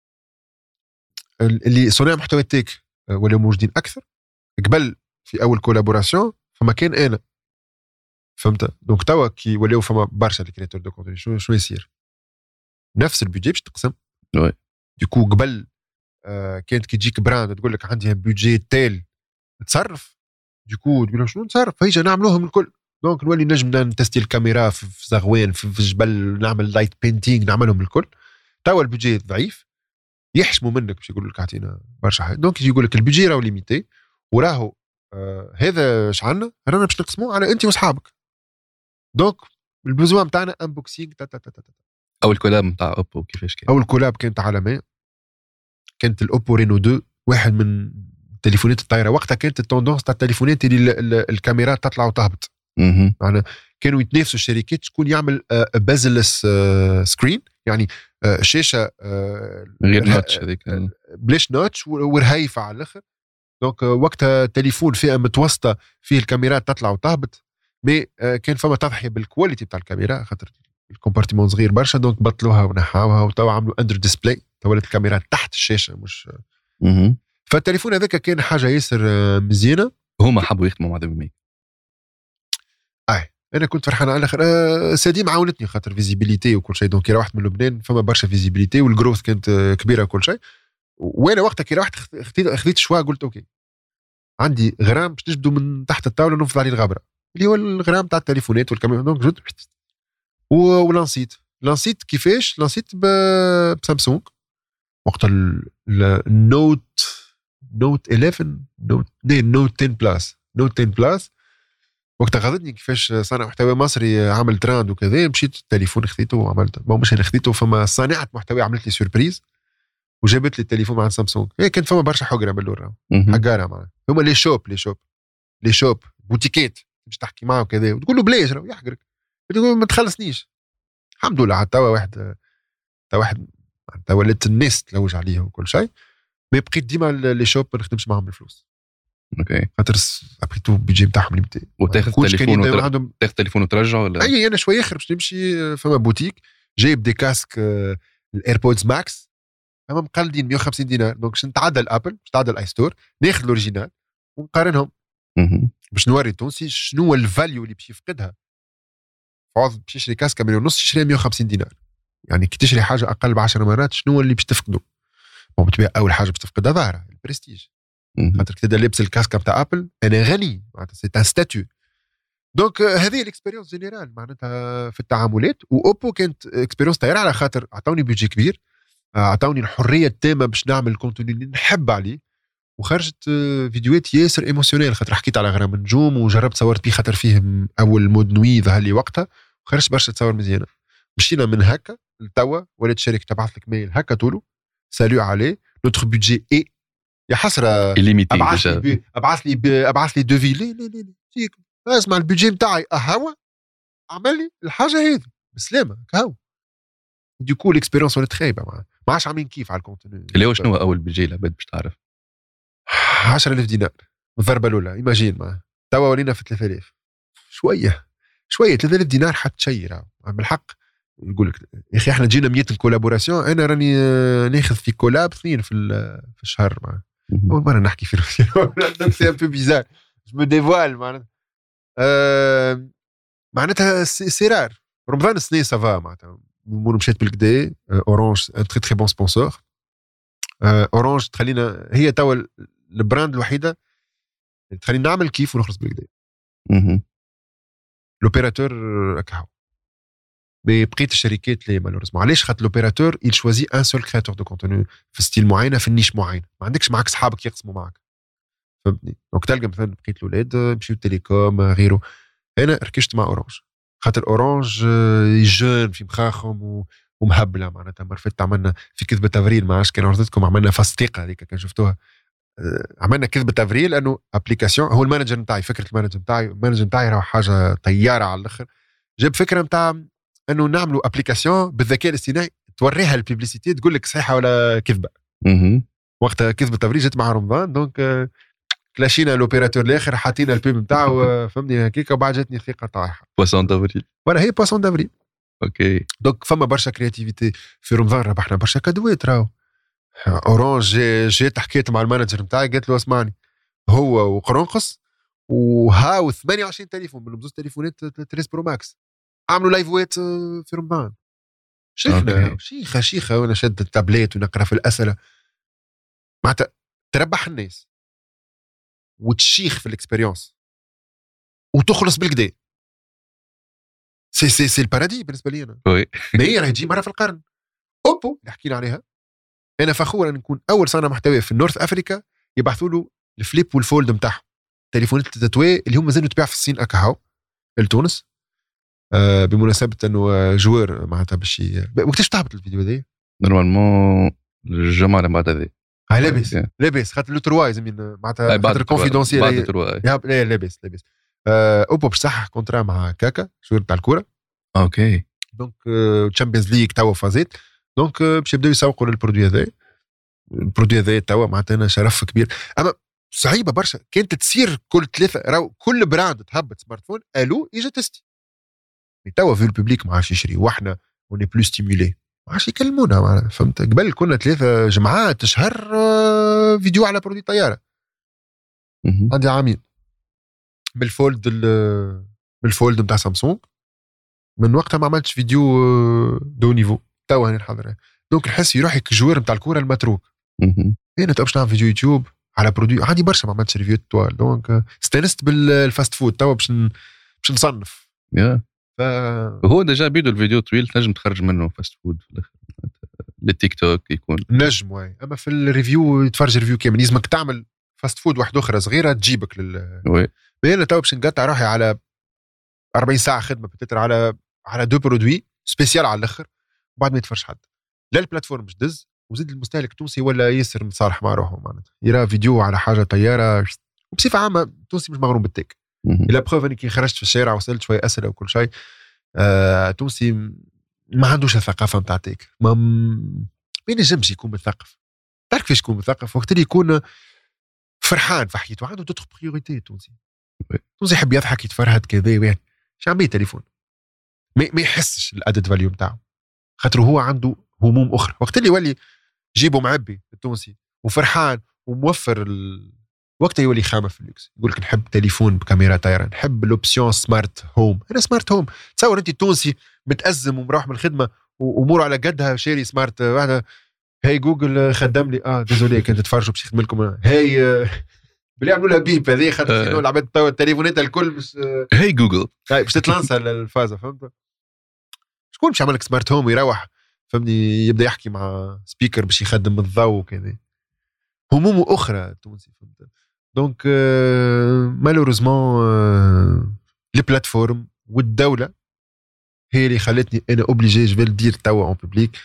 اللي صناع محتوى تيك ولاو موجودين اكثر. قبل في اول كولابوراسيون فما كان انا فهمت، دونك توا كي ولاو فما برشا كرياتور دو كونتوني شنو يصير؟ نفس البيدجي باش تقسم. وي ديكو قبل كانت كي تجيك براند تقول لك عندي بيدجي تال تصرف، ديكو تقول شنو نتصرف هيجا نعملوهم الكل. دونك نولي نجم نتستي الكاميرا في زغوان في الجبل، نعمل لايت بينتينغ نعملهم الكل. توا البيدجي ضعيف يحشموا منك باش يقول لك اعطينا برشا حاجه، دونك يقول لك البيدجي راهو ليميتي وراهو هذا اش عندنا رانا باش نقسموه على انت واصحابك. دونك البوزوان نتاعنا انبوكسينغ. اول كولاب نتاع اوبو كيفاش كان؟ اول كولاب كانت عالميه، كانت الاوبو رينو 2، واحد من تليفونات الطايره. وقتها كانت التوندونس تاع التليفونات اللي الكاميرات تطلع وتهبط. يعني كانوا يتنافسوا الشركات شكون يعمل بازلس سكرين، يعني شاشه غير نوتش هذيك بلاش نوتش ورهيفه على الاخر. دونك وقتها تليفون فئه متوسطه فيه الكاميرات تطلع وتهبط، مي كان فما تضحيه بالكواليتي بتاع الكاميرا خاطر الكومبارتيمون صغير برشا. دونك بطلوها ونحاوها وتوا عملوا اندر ديسبلاي، تولت الكاميرات تحت الشاشه مش. فالتليفون هذاك كان حاجه ياسر مزيانه. هما حبوا يخدموا مع دبي. انا كنت فرحان على الاخر. سادي معاونتني خاطر فيزيبيليتي وكل شيء. دونك كي روحت من لبنان فما برشا فيزيبيليتي والجروث كانت كبيره وكل شيء. وانا وقتها كي روحت خذيت شوا، قلت اوكي عندي غرام باش نجبدوا من تحت الطاوله ننفض عليه الغبره اللي هو الغرام تاع التليفونات والكاميرا. دونك جبت ولانسيت كيفاش لانسيت بسامسونج وقت النوت 11 نوت 10 بلس. وقت غضتني كيفاش صانع محتوى مصري عمل تراند وكذا. مشيت التليفون خذيته وعملته، مش انا خذيته، فما صانعه محتوى عملت لي سوربريز وجابت لي التليفون مع سامسونج. هي كانت فما برشا حقره باللور حقاره معنا. هما لي شوب بوتيكات باش تحكي معاه وكذا وتقول له بلاش راه يحقرك، تقول ما تخلصنيش. الحمد لله حتى واحد ولات الناس تلوج عليها وكل شيء، ما بقيت ديما لي شوب ما نخدمش معهم بالفلوس. اوكي خاطر ابريتو بيجي نتاعهم ليميتي. وتاخذ تليفون وترجع ولا اي انا شويه اخر باش نمشي فما بوتيك جايب دي كاسك الايربودز ماكس فما مقلدين 150 دينار. دونك باش نتعدى الابل باش نتعدى الاي ستور ناخذ الاوريجينال ونقارنهم باش نوري التونسي شنو هو الفاليو اللي باش يفقدها. فاض باش يشري كاسكه مليون ونص يشريها 150 دينار. يعني كي تشري حاجه اقل ب10 مرات شنو اللي باش تفقده؟ بالطبيعه اول حاجه باش تفقدها ظاهره البرستيج. خاطر كده لابس الكاسكه بتاع ابل انا غني معناتها سي ان ستاتيو. دونك هذه الاكسبيريونس جينيرال معناتها في التعاملات. واوبو كانت اكسبيريونس طايره على خاطر عطاوني بيجي كبير، عطاوني الحريه التامه باش نعمل الكونتوني اللي نحب عليه. وخرجت فيديوهات ياسر ايموشنيل خاطر حكيت على غرام النجوم وجربت صورت بيه خاطر فيه اول مود نوي ظهر لي وقتها وخرجت برشا تصور مزيانه. مشينا من هكا لتوا ولات شركه تبعث لك ميل هكا تولو سالو عليه نوتر بيدجي اي يا حسره ابعث لي دوفي لي اسمع البيدجي نتاعي اهوا اعمل لي الحاجه هذه بسلامه كهو. ديكو الاكسبيريونس ولات خايبه ما عادش عاملين كيف على الكونتوني. اللي هو شنو اول بيدجي لابد باش تعرف 10,000 دينار الضربه الاولى. ايماجين ما توا ولينا في 3000 شويه 3000 دينار حتشير بالحق. يقول لك يا اخي احنا جينا 100 كولابوراسيون انا راني ناخذ في كولاب 2 في الشهر اول مره نحكي في سي ان بو بيزار جو مو ديفوال معناتها سي رار. رمضان السنه سافا معناتها مور مشيت بالكدا. اورانج ان تري تري بون سبونسور. اورانج تخلينا هي توا البراند الوحيده تخلينا نعمل كيف ونخلص بالكدا. لوبيراتور كهو بقيت الشركات لي مالوريزمون. علاش؟ خاطر لوبيراتور il choisit un seul créateur de contenu في ستيل معينه في النيش معين. ما عندكش معك صحابك يقسموا معك فهمتني. دونك تلقى مثلا بقيت الاولاد مشيو تيليكوم غيره. انا ركشت مع اورانج خاطر اورانج جون في مخاخهم ومهبله معناتها. مرفت عملنا في كذبه افريل ما عادش كان عرضتكم عملنا فاستيقه هذيك كان شفتوها. عملنا كذبه افريل لانه ابليكاسيون. هو المانجر نتاعي فكره المانجر نتاعي راه حاجه طياره على الاخر. جاب فكره نتاع انه نعملوا ابليكاسيون بالذكاء الاصطناعي توريها الببليسيتي تقول لك صحيحه ولا كذبه. وقتها كذبه تفريج جت مع رمضان دونك كلاشينا الاوبيراتور الاخر حاطينا البيب نتاعو فهمني هكيك وبعد جاتني ثقه طايحه بواسون دافريل وانا هي بواسون دافريل اوكي دونك فما برشا كرياتيفيتي في رمضان ربحنا برشا كادوات راهو اورانج جيت حكيت مع المانجر نتاعي قالت له اسمعني هو وقرنقص وهاو 28 تليفون من بزوز تليفونات 13 برو ماكس عملوا لايفوات في رمضان شيخنا شيخه وانا شد التابليت ونقرا في الاسئله معناتها تربح الناس وتشيخ في الاكسبيريونس وتخلص بالكدا سي البارادي بالنسبه لي انا وي هي راهي تجي مره في القرن اوبو اللي حكينا عليها انا فخور ان نكون اول صانع محتوى في النورث افريكا يبعثوا له الفليب والفولد نتاعهم تليفونات التتوي اللي هم مازالوا تباع في الصين اكاهو لتونس بمناسبه انه جوار معناتها باش وقتاش تهبط الفيديو هذا نورمالمون الجمعه اللي بعد هذه لاباس خاطر لو تروا زمين معناتها خاطر كونفيدونسيال بعد التروا لا لاباس اوبو باش صح كونترا مع كاكا جوار تاع الكوره اوكي دونك تشامبيونز ليغ توا فازيت دونك باش يبداو يسوقوا للبرودوي هذا البرودوي هذا توا معناتها شرف كبير اما صعيبه برشا كانت تصير كل ثلاثه راهو كل براند تهبط سمارت فون الو يجي تستي توا في الببليك ما عادش يشري واحنا اوني بلو ستيمولي ما عادش يكلمونا معنا فهمت قبل كنا 3 جمعات شهر فيديو على برودوي طياره عندي عامين بالفولد نتاع سامسونج من وقتها ما عملتش فيديو دو نيفو توا هاني نحضر دونك نحس يروح كجوار نتاع الكوره المتروك انا باش نعمل فيديو يوتيوب على برودوي عندي برشا ما عملتش ريفيو توال دونك استانست بالفاست فود توا باش نصنف هو ديجا بيدو الفيديو طويل تنجم تخرج منه فاست فود في الاخر للتيك توك يكون نجم واي اما في الريفيو تفرج ريفيو كامل لازمك تعمل فاست فود واحده اخرى صغيره تجيبك وي انا توا باش نقطع روحي على 40 ساعه خدمه بتتر على دو برودوي سبيسيال على الاخر وبعد ما يتفرج حد لا البلاتفورم مش دز وزيد المستهلك التونسي ولا ياسر متصالح مع روحه معناتها يرى فيديو على حاجه طياره وبصفه عامه التونسي مش مغروم بالتك الى بروف اني كي خرجت في الشارع وسالت شويه اسئله وكل شيء التونسي ما عندوش الثقافه نتاع التك ما ينجمش يكون مثقف تعرف كيفاش يكون مثقف وقت اللي يكون فرحان في حياته عنده دوتر بريوريتي التونسي يحب يضحك يتفرهد كذا يعني شعبيه تليفون ما يحسش الادد فاليو نتاعو خاطر هو عنده هموم اخرى وقت اللي يولي جيبه معبي التونسي وفرحان وموفر وقتها يولي خامه في اللوكس يقول لك نحب تليفون بكاميرا طايره نحب لوبسيون سمارت هوم انا سمارت هوم تصور انت التونسي متازم ومروح من الخدمه واموره على قدها شاري سمارت واحده هاي جوجل خدم لي ديزولي كنت تتفرجوا باش يخدم لكم هاي بلي عملوا لها بيب هذه خاطر شنو العباد توا التليفونات الكل مش هاي جوجل باش تتلانسى الفازه فهمت شكون باش يعمل لك سمارت هوم يروح فهمني يبدا يحكي مع سبيكر باش يخدم الضوء وكذا هموم اخرى التونسي فهمت دونك مالوريزمون لي بلاتفورم والدوله هي اللي خلتني انا اوبليجي جو ندير توا اون بوبليك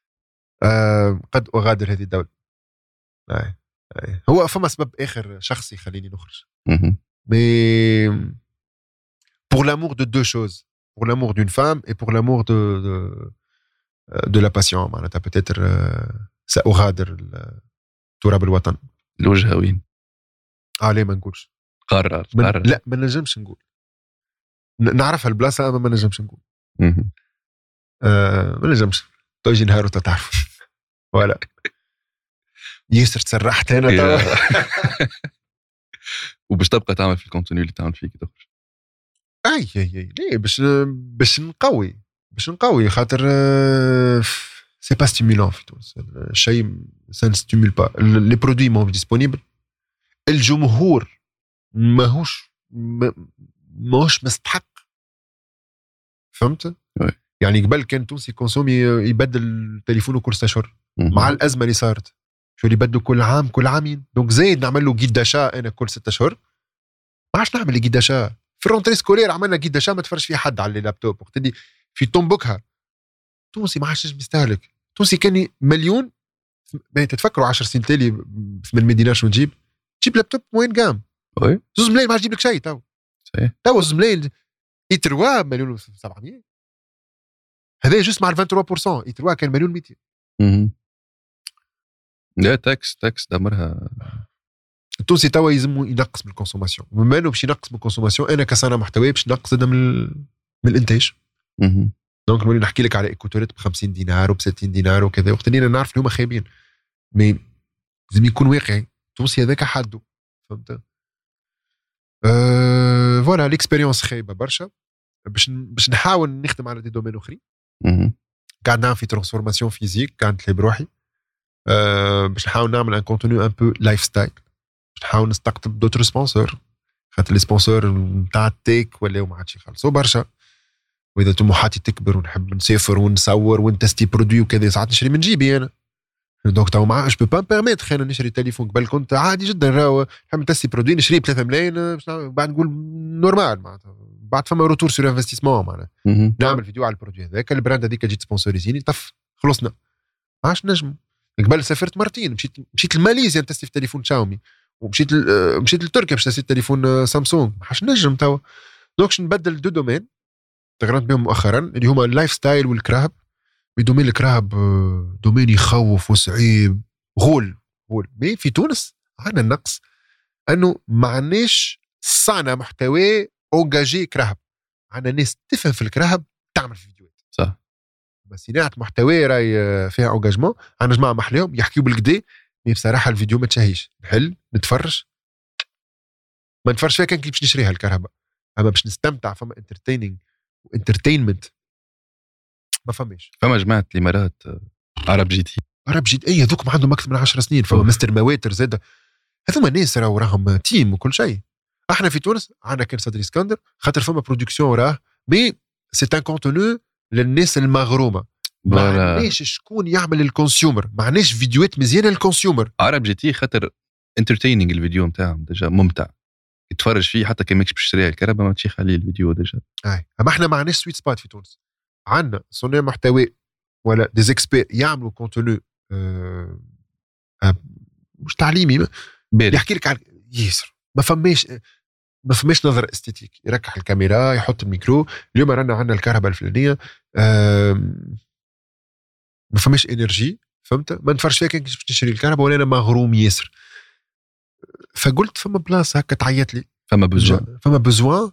قد اغادر هذه الدوله هو فما سبب اخر شخصي يخليني نخرج مي pour l'amour de deux choses pour l'amour d'une femme et pour l'amour de la passion معناتها peut-être سأغادر تراب الوطن الوجهه وين ليه ما نقولش قرر لا ما نجمش نقول نعرفها البلاصه اما ما نجمش نقول ما نجمش توجي نهار وتتعرف ولا ياسر تسرحت هنا توا وباش تبقى تعمل في الكونتوني اللي تعمل فيه كي تخرج اي ليه باش نقوي خاطر سي با ستيمولون في تونس الشيء سان ستيمول با لي برودوي ماهوش ديسپونيبل الجمهور ماهوش مستحق فهمت يعني قبل كان تونسي كونسومي يبدل تليفونه كل 6 اشهر مع الازمه اللي صارت شو اللي يبدلوا كل عام كل عامين دونك زايد نعمل له جيد داشا انا كل 6 اشهر ما عادش نعمل جيد داشا في الرونتري سكولير عملنا جيد داشا ما تفرج فيه حد على اللابتوب وقت اللي في طنبكها تونسي ما عادش بيستهلك تونسي كان مليون تتفكروا 10 سنين تالي من المدينه شنو تجيب لابتوب وين قام زوز ملايين ما عادش يجيب لك شيء تو زوز ملايين اي3 مليون 700 هذا جست مع 23% اي3 كان مليون 200 لا تاكس دمرها التونسي توا يلزمو ينقص من الكونسوماسيون، بما انه باش ينقص من الكونسوماسيون انا كصانع محتوى باش نقص من الانتاج. دونك نولي نحكي لك على ايكوتوريت ب 50 دينار وب 60 دينار وكذا، وقت اللي نعرف اللي هما خايبين، مي لازم يكون واقعي. التونسي هذاك حده، فهمت؟ فوالا ليكسبيريونس خايبه برشا. باش نحاول نخدم على دي دومين اخرين. قاعد نعمل في ترانسفورماسيون فيزيك، قاعد نتلعب بروحي باش نحاول نعمل ان كونتوني ان بو لايف ستايل، باش نحاول نستقطب دوتر سبونسور، خاطر لي سبونسور نتاع التيك ولاو ما عادش يخلصوا برشا. واذا طموحاتي تكبر ونحب نسافر ونصور ونتستي برودوي وكذا، ساعات نشري من جيبي انا. دونك تو ما جو با بيرميتر خلينا نشري تليفون. قبل كنت عادي جدا، راهو نحب نتستي برودوي نشري ب 3 ملايين بعد نقول نورمال، معناتها بعد فما روتور سور انفستيسمون، معناها نعمل فيديو على البرودوي هذاك، البراند هذيك جيت سبونسوريزيني طف خلصنا. ما عادش نجم. قبل سافرت مرتين، مشيت لماليزيا نتستي في تليفون شاومي، ومشيت لتركيا باش نتستي تليفون سامسونج. ما عادش نجم توا. دونك نبدل دو دومين تقرنت بهم مؤخرا اللي هما اللايف ستايل والكراهب. بدومين الكراهب دومين يخوف وصعيب، غول. مي في تونس عندنا النقص انه ما عندناش صانع محتوى اونجاجي كراهب. عندنا ناس تفهم في الكراهب تعمل في فيديوهات، صح. صناعه محتوى راي فيها انجاجمون. عندنا جماعه محليهم يحكيوا بالكدا، مي بصراحه الفيديو ما تشهيش. نحل نتفرج، ما نتفرج فيها كان كي باش نشريها الكهرباء، اما باش نستمتع فما انترتيننج وانترتينمنت ما فماش. فما جماعه الامارات عرب جي تي اي هذوك ما عندهم اكثر من 10 سنين. فما مستر مواتر زاد، هذوما ناس راهم تيم وكل شيء. احنا في تونس عندنا كان صدري اسكندر خاطر فما برودكسيون راه، مي سي ان كونتوني للناس المغرومه. ما عندناش شكون يعمل الكونسيومر، ما عندناش فيديوهات مزيانه للكونسيومر. عرب جي تي خاطر انترتيننج، الفيديو نتاعهم ديجا ممتع يتفرج فيه، حتى كان ماكش باش تشري الكهرباء ما تشيخ عليه الفيديو ديجا. اما احنا ما عندناش سويت سبوت في تونس. عندنا صناع محتوى ولا دي زيكسبير يعملوا كونتوني مش تعليمي، يحكي لك على ياسر. ما فماش نظر استيتيك، يركح الكاميرا يحط الميكرو. اليوم رانا عندنا الكهرباء الفلانيه، ما فماش انرجي، فهمت؟ ما نفرش فيها كان باش نشري الكهرباء ولا انا مغروم ياسر. فقلت فما بلاصه هكا تعيط لي، فما بوزوان.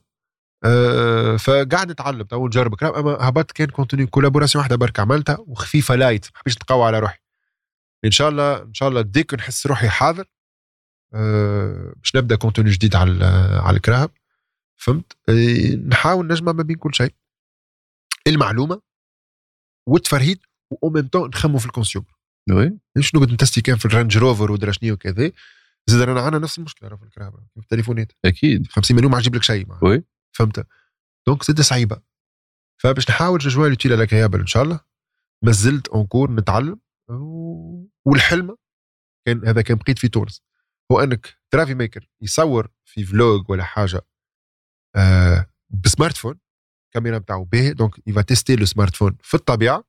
فقاعد نتعلم تو نجرب كلام. اما هبط كان كونتوني كولابوراسيون واحده برك عملتها وخفيفه لايت، ما حبيتش نتقوى على روحي. ان شاء الله ديك نحس روحي حاضر باش نبدا كونتوني جديد على الكراهب، فهمت؟ نحاول نجمع ما بين كل شيء، المعلومه والتفرهيد، و ميم طون نخمو في الكونسيومر. وي شنو قد نتستي كان في الرانج روفر ودراشني وكذا. زاد رانا عندنا نفس المشكله في الكراهب في التليفونات. اكيد 50 مليون ما عجيب لك شيء. وي فهمت؟ دونك زاد صعيبه. فباش نحاول جوال يوتيل لاغريابل ان شاء الله. ما زلت اونكور نتعلم. والحلم كان هذا كان بقيت في تونس، هو انك ترافي ميكر يصور في فلوج ولا حاجه بسمارت فون، كاميرا نتاعو باهي، دونك يفا تيستي لو سمارت فون في الطبيعه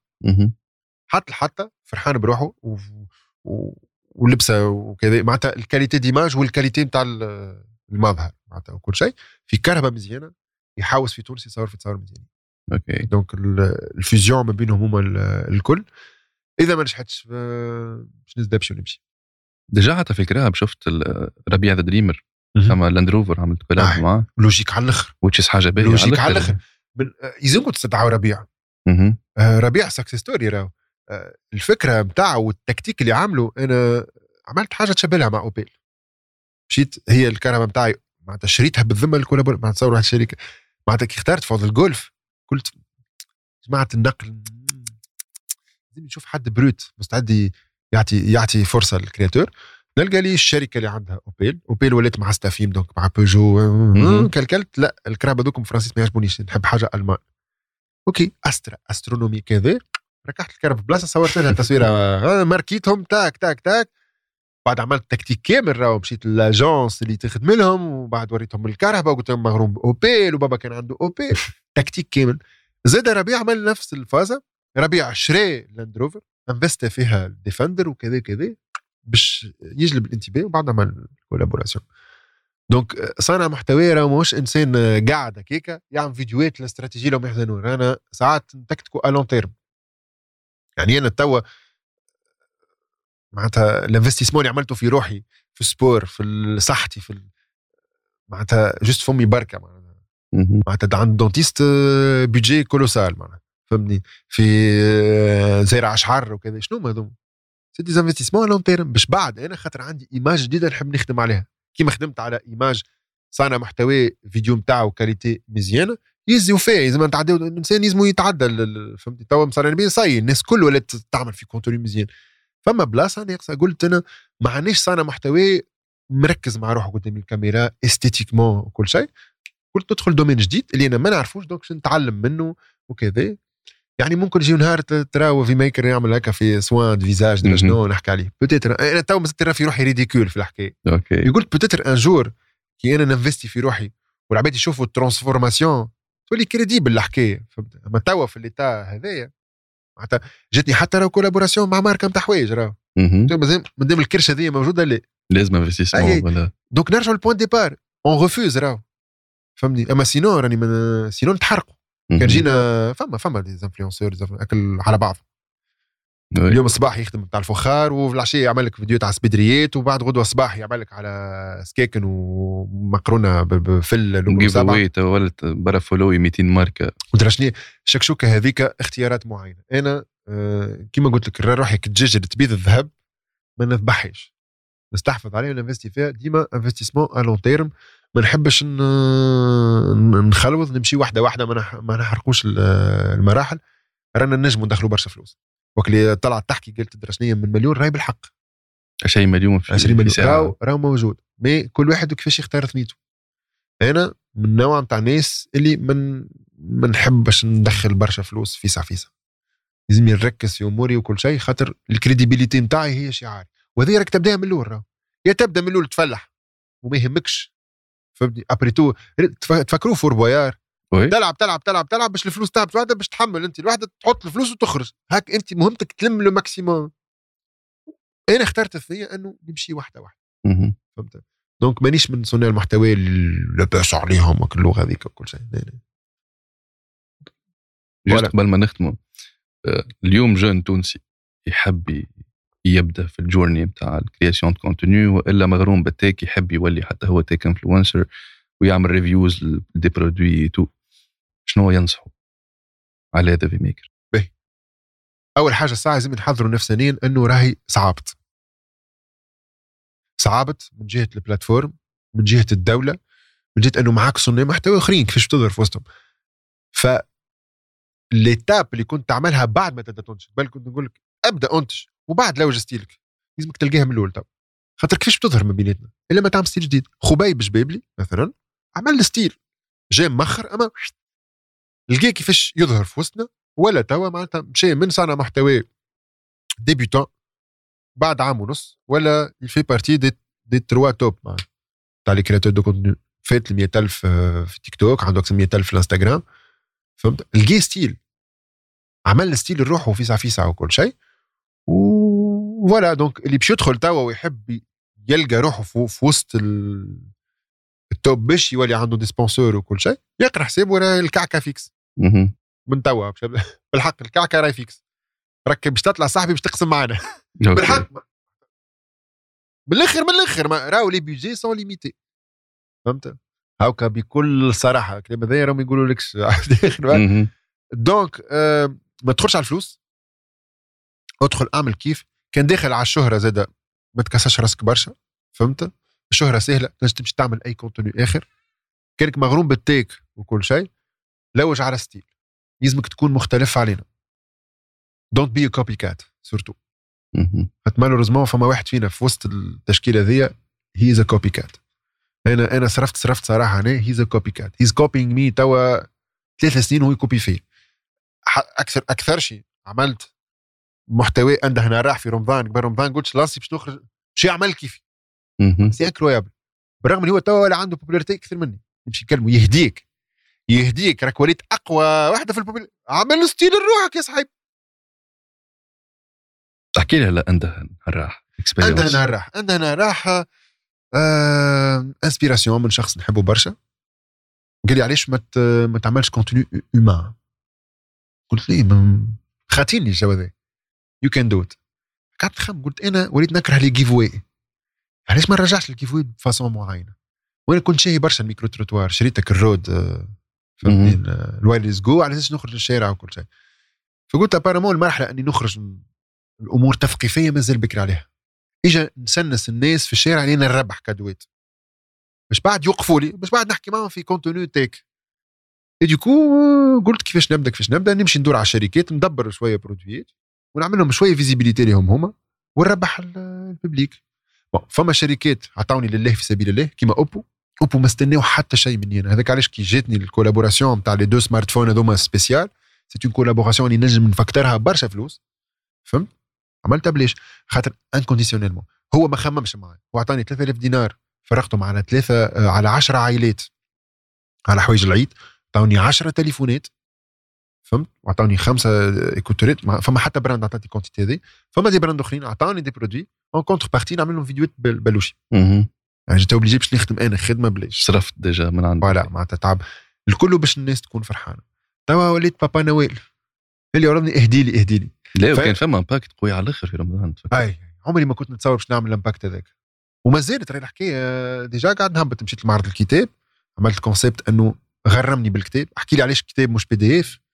حتى فرحان بروحه ولبسه وكذا، معناتها الكاليتي ديماج والكاليتي نتاع المظهر معناتها وكل شيء في كهرباء مزيانه. يحاوس في تونس يصور في تصاور مزيانين. اوكي دونك الفيزيون ما بينهم هما الكل. اذا ما نجحتش باش نزدبش ونمشي. ديجا حتى في الكراهب شفت ربيع ذا دريمر، فما لاند روفر عملت كولاب معاه، لوجيك على الاخر، وتشيس حاجه باهيه لوجيك على الاخر. يزنكم تستدعوا ربيع. ربيع سكسس ستوري راهو. الفكره نتاعو والتكتيك اللي عمله، انا عملت حاجه تشبه لها مع اوبيل. مشيت هي الكهرباء نتاعي معناتها شريتها بالذمه الكولابور مع تصور واحد الشركه، معناتها كي اخترت فوض الجولف قلت جماعه النقل لازم نشوف حد بروت مستعد يعطي فرصه للكرياتور. نلقى لي الشركه اللي عندها اوبيل ولات مع ستافيم، دونك مع بيجو كلكلت. لا الكراب هذوكم فرنسيس ما يعجبونيش، نحب حاجه المان. اوكي استرونومي كذا. ركحت الكراب في بلاصه صورت لها تصويره ماركيتهم تاك تاك تاك. بعد عملت تكتيك كامل، راهو مشيت للاجونس اللي تخدم لهم، وبعد وريتهم الكهرباء وقلت لهم مغروم باوبيل وبابا كان عنده اوبيل. تكتيك كامل. زاد ربيع عمل نفس الفازه. ربيع شري لاند روفر، انفست فيها ديفندر وكذا كذا باش يجلب الانتباه، وبعد عمل كولابوراسيون. دونك صانع محتوى راه ماهوش انسان قاعد هكاكا يعمل فيديوهات لاستراتيجيه لهم يحزنون. انا ساعات نتكتكو الون تيرم. يعني انا توا معناتها الانفستيسمون اللي عملته في روحي في السبور، في صحتي، معناتها جست فمي بركه معناتها عند دونتيست بيدجي كولوسال معناتها فهمني في زارع اشعار وكذا. شنو هذوما؟ سي دي انفستيسمون لون تيرم باش بعد انا خاطر عندي ايماج جديده نحب نخدم عليها كيما خدمت على ايماج صانع محتوى فيديو نتاعو كاليتي مزيانه يزيو فيها لازم نتعداو الانسان لازم يتعدى فهمتي توا مصاري بين صاي الناس كل ولات تعمل في كونتوني مزيان. فما بلاصه ناقصه قلت انا ما عنديش صانع محتوى مركز مع روحه قدام الكاميرا استيتيكمون وكل شيء. قلت تدخل دومين جديد اللي انا ما نعرفوش دونك نتعلم منه وكذا. يعني ممكن يجي نهار تراو في ميكر يعمل هكا في سوان دو فيزاج دو شنو نحكي عليه بوتيتر انا تو مازلت في روحي ريديكول في الحكايه. قلت بوتيتر ان جور كي انا ننفستي في روحي والعباد يشوفوا الترانسفورماسيون تولي كريديبل الحكايه. فهمت؟ اما توا في الليتا هذايا معناتها جاتني حتى راهو كولابوراسيون مع ماركه نتاع حوايج راهو مادام الكرشه هذه موجوده لا لازم انفستيسمون ولا دونك نرجعوا للبوان ديبار اون ريفوز راهو فهمني. اما سينو راني من سينو نتحرقوا كان جينا فما دي انفلونسور اكل على بعض. اليوم الصباح يخدم بتاع الفخار وفي العشيه يعمل لك فيديو تاع سبيدريات وبعد غدوه الصباح يعمل لك على سكيكن ومقرونه بفل وجيفويت ولت برا فولوي 200 ماركه ودرشني شكشوكه هذيك اختيارات معينه. انا كيما قلت لك روحي كالدجاجه اللي تبيض الذهب ما نذبحش نستحفظ عليه وننفستي فيها ديما انفستيسمون ا لون تيرم. ما نحبش نخلوض نمشي واحده ما نحرقوش المراحل. رانا نجموا ندخلوا برشا فلوس وقت اللي طلعت تحكي قلت درشنيه من مليون راي بالحق 20 مليون في 20 مليون راهو موجود. مي كل واحد كيفاش يختار ثنيته. انا من نوع نتاع ناس اللي ما نحبش ندخل برشا فلوس فيسا لازم نركز في اموري وكل شيء خاطر الكريديبيليتي نتاعي هي شعاري. وهذه راك تبدا من الاول راهو يا تبدا من الاول تفلح وما يهمكش فهمتني. ابريتو تفكروا فور بويار تلعب باش الفلوس تاعك الواحده باش تحمل انت الواحده تحط الفلوس وتخرج هاك انت مهمتك تلم لو ماكسيموم. انا اخترت الثانيه انه نمشي واحده فهمت. دونك مانيش من صناع المحتوى اللي باش عليهم وكل اللغه هذيك وكل شيء. جست قبل ما نختموا اليوم جون تونسي يحب يبدا في الجورني بتاع الكرياسيون دو كونتوني والا مغروم بالتيك يحب يولي حتى هو تيك انفلونسر ويعمل ريفيوز دي برودوي تو شنو ينصحوا على هذا في ميكر؟ باهي اول حاجه الساعه لازم نحضروا نفسانيا انه راهي صعبت من جهه البلاتفورم من جهه الدوله من جهه انه معاك صناع محتوى اخرين كيفاش تظهر في وسطهم. ف الاتاب اللي كنت تعملها بعد ما تبدا تنتج بل كنت نقول لك ابدا انتج وبعد لو ستيلك لازمك تلقاها من الاول. طب خاطر كيفاش بتظهر ما بيناتنا الا ما تعمل ستيل جديد. خبيب جبابلي مثلا عمل ستيل جاي مخر اما لقى كيفاش يظهر في وسطنا. ولا توا معناتها مشي من صانع محتوى ديبيوتون بعد عام ونص ولا يفي بارتي دي 3 توب تاع لي كرياتور دو كونتوني. فات 100,000 في تيك توك عنده اكثر 100,000 في الانستغرام فهمت. لقى ستيل عمل ستيل الروح وفيسع وكل شيء وفوالا. دونك اللي باش يدخل توا ويحب يلقى روحه في وسط التوب باش يولي عنده دي سبونسور وكل شيء يقرا حسابه راه الكعكه فيكس من توا بالحق الكعكه راهي فيكس راك باش تطلع صاحبي باش تقسم معنا بالحق بالاخر ما راهو لي بيجي سون ليميتي فهمت. هاوكا بكل صراحه الكلام هذا راهم يقولوا لكش دونك ما تدخلش على الفلوس ادخل اعمل كيف كان داخل على الشهره زاده ما تكسرش راسك برشا فهمت. الشهره سهله تنجم تمشي تعمل اي كونتوني اخر. كانك مغروم بالتيك وكل شيء لوج على ستيل لازمك تكون مختلف علينا. دونت بي كوبي كات سورتو مالوريزمون فما واحد فينا في وسط التشكيله ذي هي از كوبي كات. انا صرفت صراحه انا هيز كوبي كات هيز كوبينج مي توا 3 سنين وهو يكوبي فيه. اكثر شيء عملت محتوى عنده هنا راح في رمضان قبل رمضان قلت لاسي باش نخرج شي يعمل كيفي سي انكرويابل بالرغم اللي هو توا ولا عنده بوبولاريتي اكثر مني يمشي يكلمه يهديك راك وليت اقوى واحده في البوبولاريتي عمل ستيل روحك يا صاحبي. تحكي لي هلا عنده راح عندنا راح انسبيراسيون من شخص نحبه برشا قال لي علاش ما تعملش كونتوني هيومان. قلت لي خاطيني الجو هذا يو كان دو ات. قعدت نخمم قلت انا وليت نكره لي جيف واي علاش ما نرجعش الكيفويد بفاسون معينه. وانا كنت شاهي برشا الميكرو تروتوار، شريتك الرود فهمتني الوايرلس جو على اساس نخرج للشارع وكل شيء. فقلت ابارامون المرحله اني نخرج من الامور تثقيفيه مازال بكري عليها. اجا نسنس الناس في الشارع لين نربح كادوات باش بعد يوقفوا لي، باش بعد نحكي معهم في كونتوني تيك. ديكو قلت كيفاش نبدا نمشي ندور على الشركات، ندبر شويه برودويات ونعمل لهم شويه فيزيبيليتي لهم هما ونربح الببليك. فما شركات عطاوني لله في سبيل الله كيما اوبو ما استناو حتى شيء مني انا. هذاك علاش كي جاتني الكولابوراسيون نتاع لي دو سمارت فون هذوما سبيسيال، سي اون كولابوراسيون اللي نجم نفكترها برشا فلوس. فهمت؟ عملتها بليش؟ خاطر انكونديسيونيلمون هو ما خممش معايا، هو عطاني 3000 دينار فرقتهم على 10 عائلات على حوايج العيد، عطاوني 10 تليفونات. فهمت؟ وعطاوني 5 ايكوتوريت. فما حتى براند عطاتني كونتيتي هذه، فما دي براند اخرين عطاوني دي برودوي اون كونتر بارتي نعمل لهم فيديوهات بلوشي. يعني جيت اوبليجي باش نخدم انا خدمه بلاش، صرفت ديجا من عندي فوالا معناتها تعب الكل باش الناس تكون فرحانه. توا وليت بابا نويل اللي وراني اهدي لي لا وكان فما امباكت قوي على الاخر في رمضان. اي عمري ما كنت نتصور باش نعمل الامباكت هذاك، وما زالت راهي الحكايه. ديجا قاعد نهبط، مشيت لمعرض الكتاب، عملت كونسيبت انه غرمني بالكتاب، احكي لي علاش الكتاب مش بي دي اف.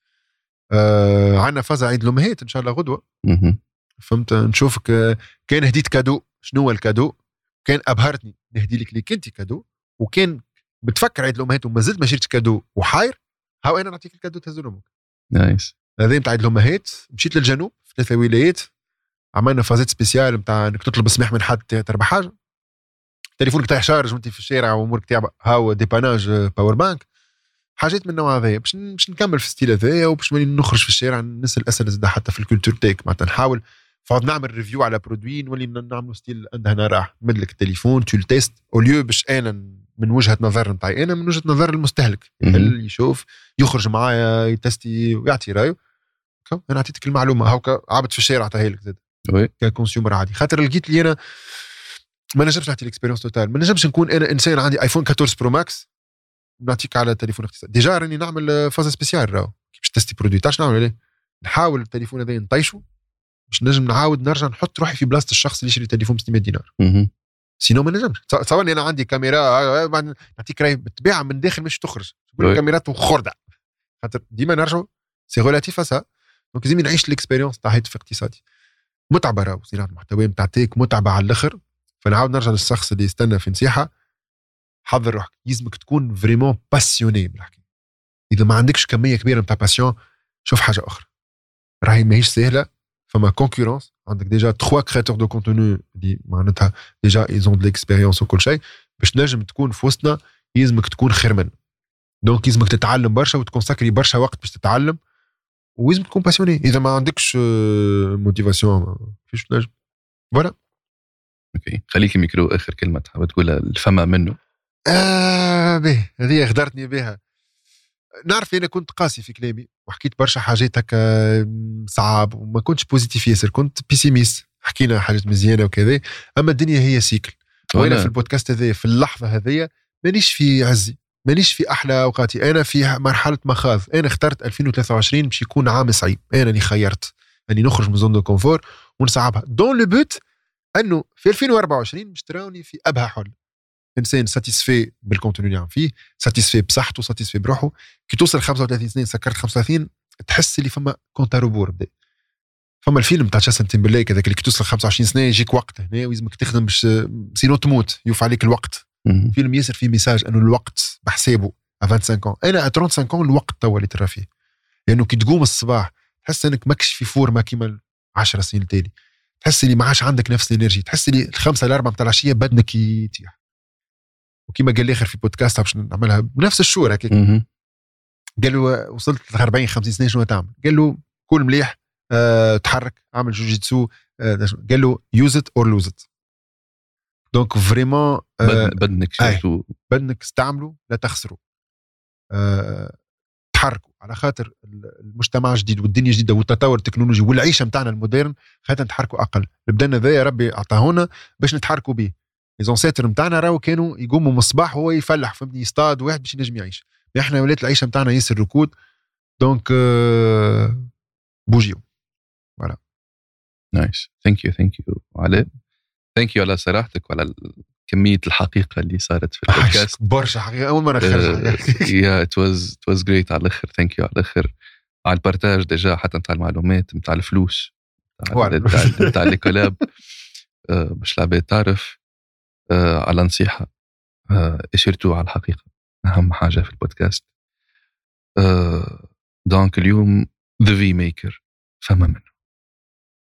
عندنا فازة عيد الأمهات إن شاء الله غدوة. فهمت؟ نشوفك كان هديت كادو، شنو هو الكادو؟ كان أبهرتني نهدي لك اللي كنتي كادو، وكان بتفكر عيد الأمهات وما زلت ما شريتش كادو وحاير، هاو أنا نعطيك الكادو تهزو لأمك. نايس. هذا متاع عيد الأمهات. مشيت للجنوب في 3 ولايات، عملنا فازات سبيسيال متاع انك تطلب سماح من حد تربح حاجة. تليفونك تاع شارج وانت في الشارع وامورك تاع هاو ديباناج باور بانك، حاجات من النوع هذا. باش نكمل في ستيل هذايا وباش نخرج في الشارع نسال اسئله زاد حتى في الكولتور تيك. معناتها نحاول فاض نعمل ريفيو على برودوي نولي نعملوا ستيل عندها انا راح نمد لك التليفون تو التيست اوليو باش انا من وجهه نظر نتاعي انا، من وجهه نظر المستهلك اللي يشوف يخرج معايا يتستي ويعطي رايه. انا عطيتك المعلومه هاكا عابد في الشارع عطاها لك زاد ككونسيومر عادي. خاطر لقيت لي انا ما نجمش نعطي الاكسبيرينس توتال، ما نجمش نكون انا انسان عندي ايفون 14 برو ماكس نعطيك على تليفون اقتصادي. ديجا راني نعمل فازه سبيسيال راهو باش تستي برودوي تاعش نعمل عليه، نحاول التليفون هذا نطيشه باش نجم نعاود نرجع نحط روحي في بلاصه الشخص اللي يشري تليفون ب 600 دينار. سينو ما نجمش. تصورني انا عندي كاميرا نعطيك راهي بالطبيعه من داخل مش تخرج الكاميرات وخردة، خاطر ديما نرجعوا سي ريلاتيف اسا. دونك لازم نعيش الاكسبيريونس تاع هاتف اقتصادي متعبه راهو صناعه المحتوى نتاعك متعبه على الاخر. فنعاود نرجع للشخص اللي يستنى في نصيحه، حضر روحك لازمك تكون فريمون باسيوني بالحكي. اذا ما عندكش كميه كبيره نتاع باسيون شوف حاجه اخرى، راهي ماهيش سهله. فما كونكورونس، عندك ديجا 3 كرياتور دو كونتوني اللي معناتها ديجا ايزون دو ليكسبيريونس وكل شيء. باش نجم تكون في وسطنا لازمك تكون خير من، دونك لازمك تتعلم برشا وتكونساكري برشا وقت باش تتعلم، ولازم تكون باسيوني. اذا ما عندكش موتيفاسيون كيفاش تنجم؟ فوالا. اوكي خليك الميكرو اخر كلمه تحب تقولها الفما منه. به هذه خدرتني بها. نعرف انا كنت قاسي في كلامي وحكيت برشا حاجات هكا صعب وما كنتش بوزيتيف ياسر، كنت بيسيميست، حكينا حاجات مزيانه وكذا. اما الدنيا هي سيكل، وانا في البودكاست هذا في اللحظه هذيا مانيش في عزي، مانيش في احلى اوقاتي، انا في مرحله مخاض. انا اخترت 2023 باش يكون عام صعيب، انا اللي خيرت اني نخرج من زون دو كونفور ونصعبها دون لو بوت انه في 2024 باش تراوني في ابهى حل. انسان ساتيسفي بالكونتوني اللي عم فيه، ساتيسفي بصحته، ساتيسفي بروحه. كي توصل 35 سنين سكرت 35 تحس اللي فما كونتا روبور بدا. فما الفيلم تاع جاستن تيمبرليك هذاك اللي كي توصل 25 سنه يجيك وقت هنا ولازمك تخدم باش سينو تموت، يوفى عليك الوقت. فيلم ياسر فيه ميساج انه الوقت بحسابه 25 انا 35 الوقت توا اللي ترى فيه، لانه كي تقوم الصباح تحس انك ماكش في فورمه كيما 10 سنين تالي، تحس اللي ما عادش عندك نفس الانرجي، تحس اللي 5 ل 4 متاع العشيه بدنك يطيح. وكما قال لي اخر في بودكاست باش نعملها بنفس الشور هكاك، قال له وصلت 40 50 سنه شنو تعمل؟ قال له كل مليح، تحرك، اعمل جوجيتسو، قال له يوز ات اور لوز ات. دونك فريمون بدنك استعملوا لا تخسروا، تحركوا على خاطر المجتمع جديد والدنيا جديده والتطور التكنولوجي والعيشه نتاعنا المودرن، خاطر نتحركوا اقل. بدنا ذا يا ربي اعطاهونا باش نتحركوا به. ليزونسيتر نتاعنا راهو كانوا يقوموا من الصباح هو يفلح فهمني يصطاد واحد باش ينجم يعيش. احنا ولات العيشه نتاعنا ياسر ركود، دونك بوجيو. فوالا. نايس. ثانك يو علاء. ثانك يو على صراحتك وعلى كمية الحقيقة اللي صارت في البودكاست. برشا حقيقة أول مرة نخرجها. يا it was great على الآخر. ثانك يو على الآخر على البارتاج ديجا، حتى نتاع المعلومات، نتاع الفلوس، نتاع الكولاب، باش العباد تعرف، على نصيحة، اشرتوا على الحقيقة أهم حاجة في البودكاست. دونك اليوم The V Maker فما منه.